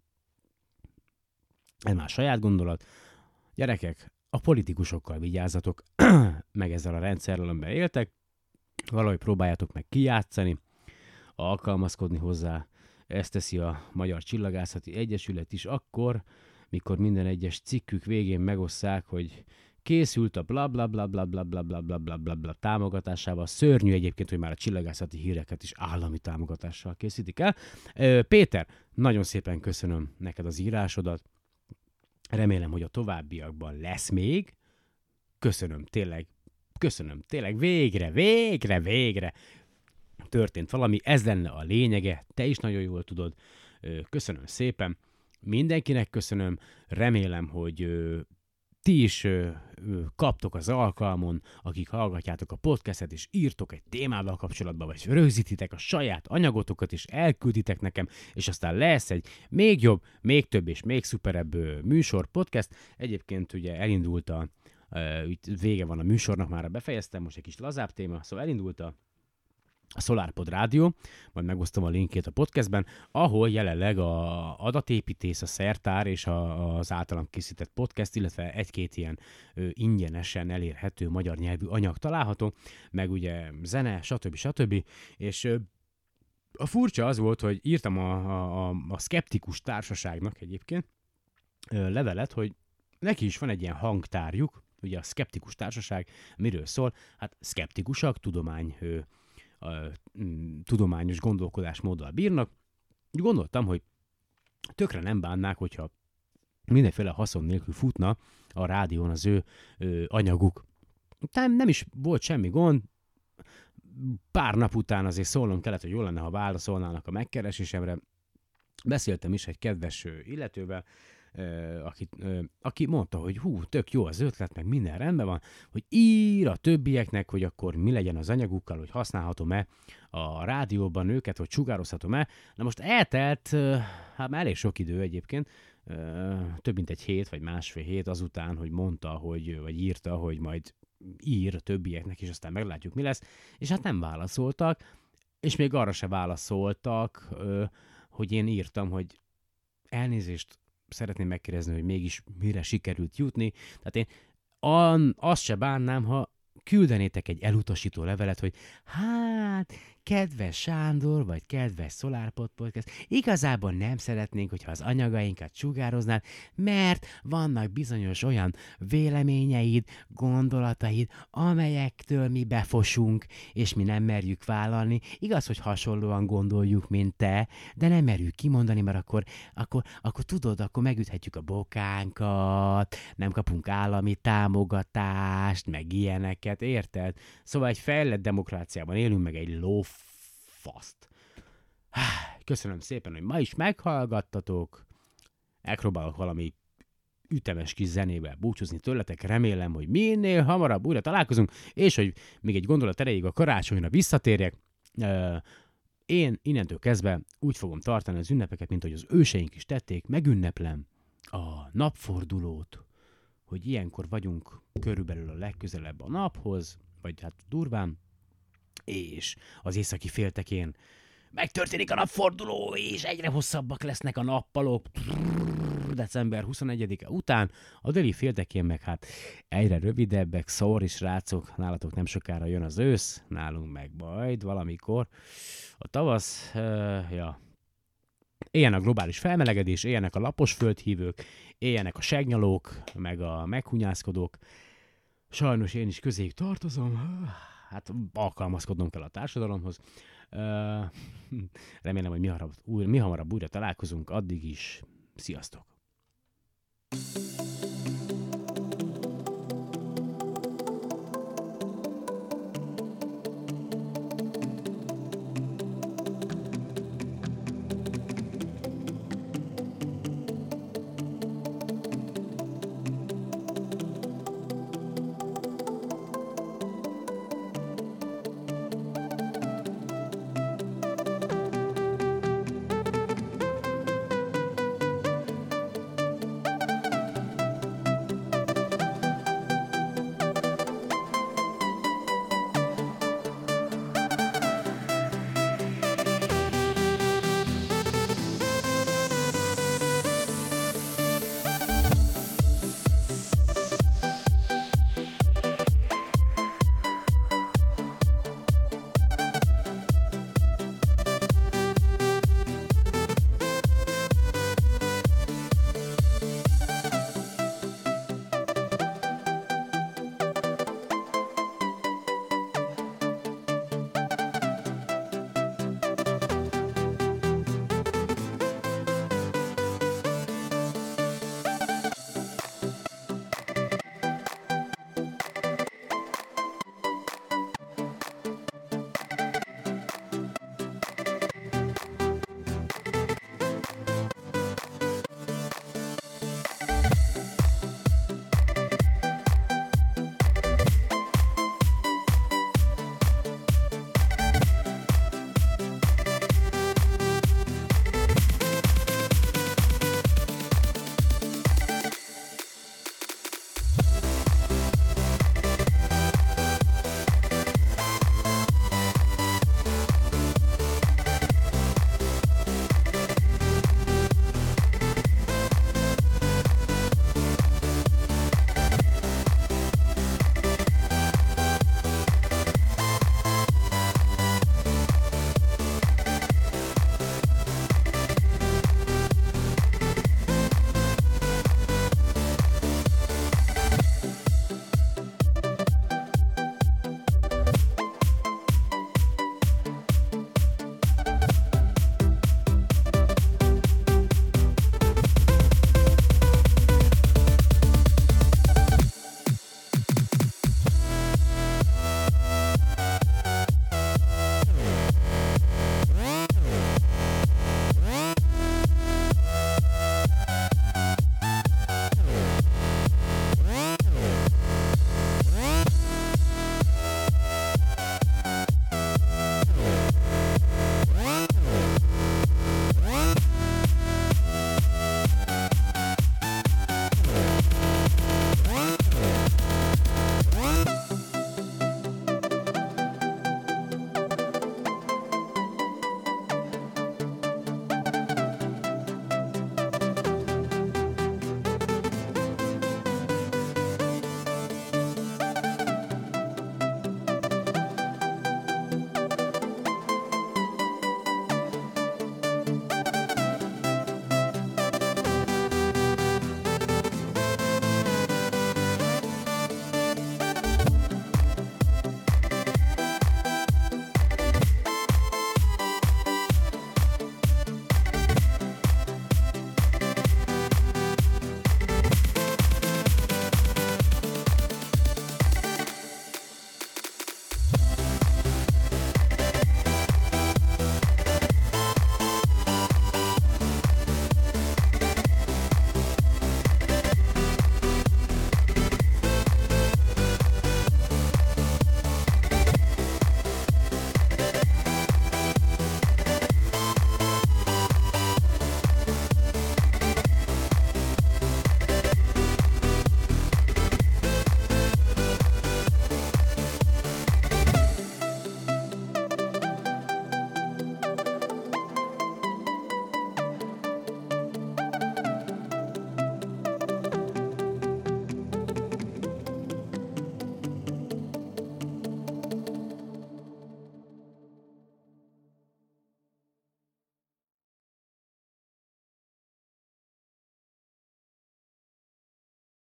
Ez már saját gondolat. Gyerekek, a politikusokkal vigyázzatok, meg ezzel a rendszerrel, amiben éltek, valahogy próbáljátok meg kijátszani, alkalmazkodni hozzá. Ezt teszi a Magyar Csillagászati Egyesület is akkor, mikor minden egyes cikkük végén megosszák, hogy készült a bla bla bla bla bla bla bla bla bla bla bla támogatásával. Szörnyű egyébként, hogy már a csillagászati híreket is állami támogatással készítik el. Péter, nagyon szépen köszönöm neked az írásodat. Remélem, hogy a továbbiakban lesz még. Köszönöm, tényleg, köszönöm, tényleg, végre, végre, végre történt valami. Ez lenne a lényege, te is nagyon jól tudod. Köszönöm szépen. Mindenkinek köszönöm, remélem, hogy ö, ti is ö, ö, kaptok az alkalmon, akik hallgatjátok a podcastet, és írtok egy témával kapcsolatban, vagy rögzítitek a saját anyagotokat, és elkülditek nekem, és aztán lesz egy még jobb, még több és még szuperebb ö, műsor, podcast. Egyébként ugye elindult a, ö, itt vége van a műsornak, már befejeztem, most egy kis lazább téma, szóval elindult a a SolarPod Rádió, majd megosztom a linkét a podcastben, ahol jelenleg a adatépítész, a szertár és a, az általam készített podcast, illetve egy-két ilyen ö, ingyenesen elérhető magyar nyelvű anyag található, meg ugye zene, stb. stb. És ö, a furcsa az volt, hogy írtam a, a, a, a szkeptikus társaságnak egyébként ö, levelet, hogy neki is van egy ilyen hangtárjuk, ugye a szkeptikus társaság miről szól? Hát szkeptikusak, tudomány ö, A, mm, tudományos gondolkodásmóddal bírnak. Gondoltam, hogy tökre nem bánnák, hogyha mindenféle haszon nélkül futna a rádión az ő ö, anyaguk. Nem, nem is volt semmi gond. Pár nap után azért szólnom kellett, hogy jó lenne, ha válaszolnának a megkeresésemre. Beszéltem is egy kedves ö, illetővel, Uh, aki, uh, aki mondta, hogy hú, tök jó az ötlet, meg minden rendben van, hogy ír a többieknek, hogy akkor mi legyen az anyagukkal, hogy használhatom-e a rádióban őket, hogy sugározhatom-e. Na most eltelt, uh, hát már elég sok idő egyébként, uh, több mint egy hét, vagy másfél hét azután, hogy mondta, hogy, vagy írta, hogy majd ír a többieknek, és aztán meglátjuk, mi lesz, és hát nem válaszoltak, és még arra se válaszoltak, uh, hogy én írtam, hogy elnézést, szeretném megkérdezni, hogy mégis mire sikerült jutni. Tehát én an, azt se bánnám, ha küldenétek egy elutasító levelet, hogy hát, kedves Sándor, vagy kedves SolarPod Podcast, igazából nem szeretnénk, hogyha az anyagainkat sugároznád, mert vannak bizonyos olyan véleményeid, gondolataid, amelyektől mi befosunk, és mi nem merjük vállalni. Igaz, hogy hasonlóan gondoljuk, mint te, de nem merjük kimondani, mert akkor, akkor, akkor tudod, akkor megüthetjük a bokánkat, nem kapunk állami támogatást, meg ilyeneket, érted? Szóval egy fejlett demokráciában élünk, meg egy lófaszt. Köszönöm szépen, hogy ma is meghallgattatok. Elpróbálok valami ütemes kis zenével búcsúzni tőletek. Remélem, hogy minél hamarabb újra találkozunk, és hogy még egy gondolat erejéig a karácsonyra visszatérjek. Én innentől kezdve úgy fogom tartani az ünnepeket, mint hogy az őseink is tették. Megünneplem a napfordulót, hogy ilyenkor vagyunk körülbelül a legközelebb a naphoz, vagy hát durván, és az északi féltekén megtörténik a napforduló, és egyre hosszabbak lesznek a nappalok december huszonegyedike után, a déli féltekén meg hát egyre rövidebbek, sorry srácok, nálatok nem sokára jön az ősz, nálunk meg majd valamikor a tavasz, uh, ja. Éljen a globális felmelegedés, éljenek a lapos földhívők, éljenek a segnyalók, meg a meghunyászkodók. Sajnos én is közéjük tartozom, hát alkalmazkodnom kell a társadalomhoz. Uh, remélem, hogy mi hamarabb, új, mi hamarabb újra találkozunk, addig is sziasztok!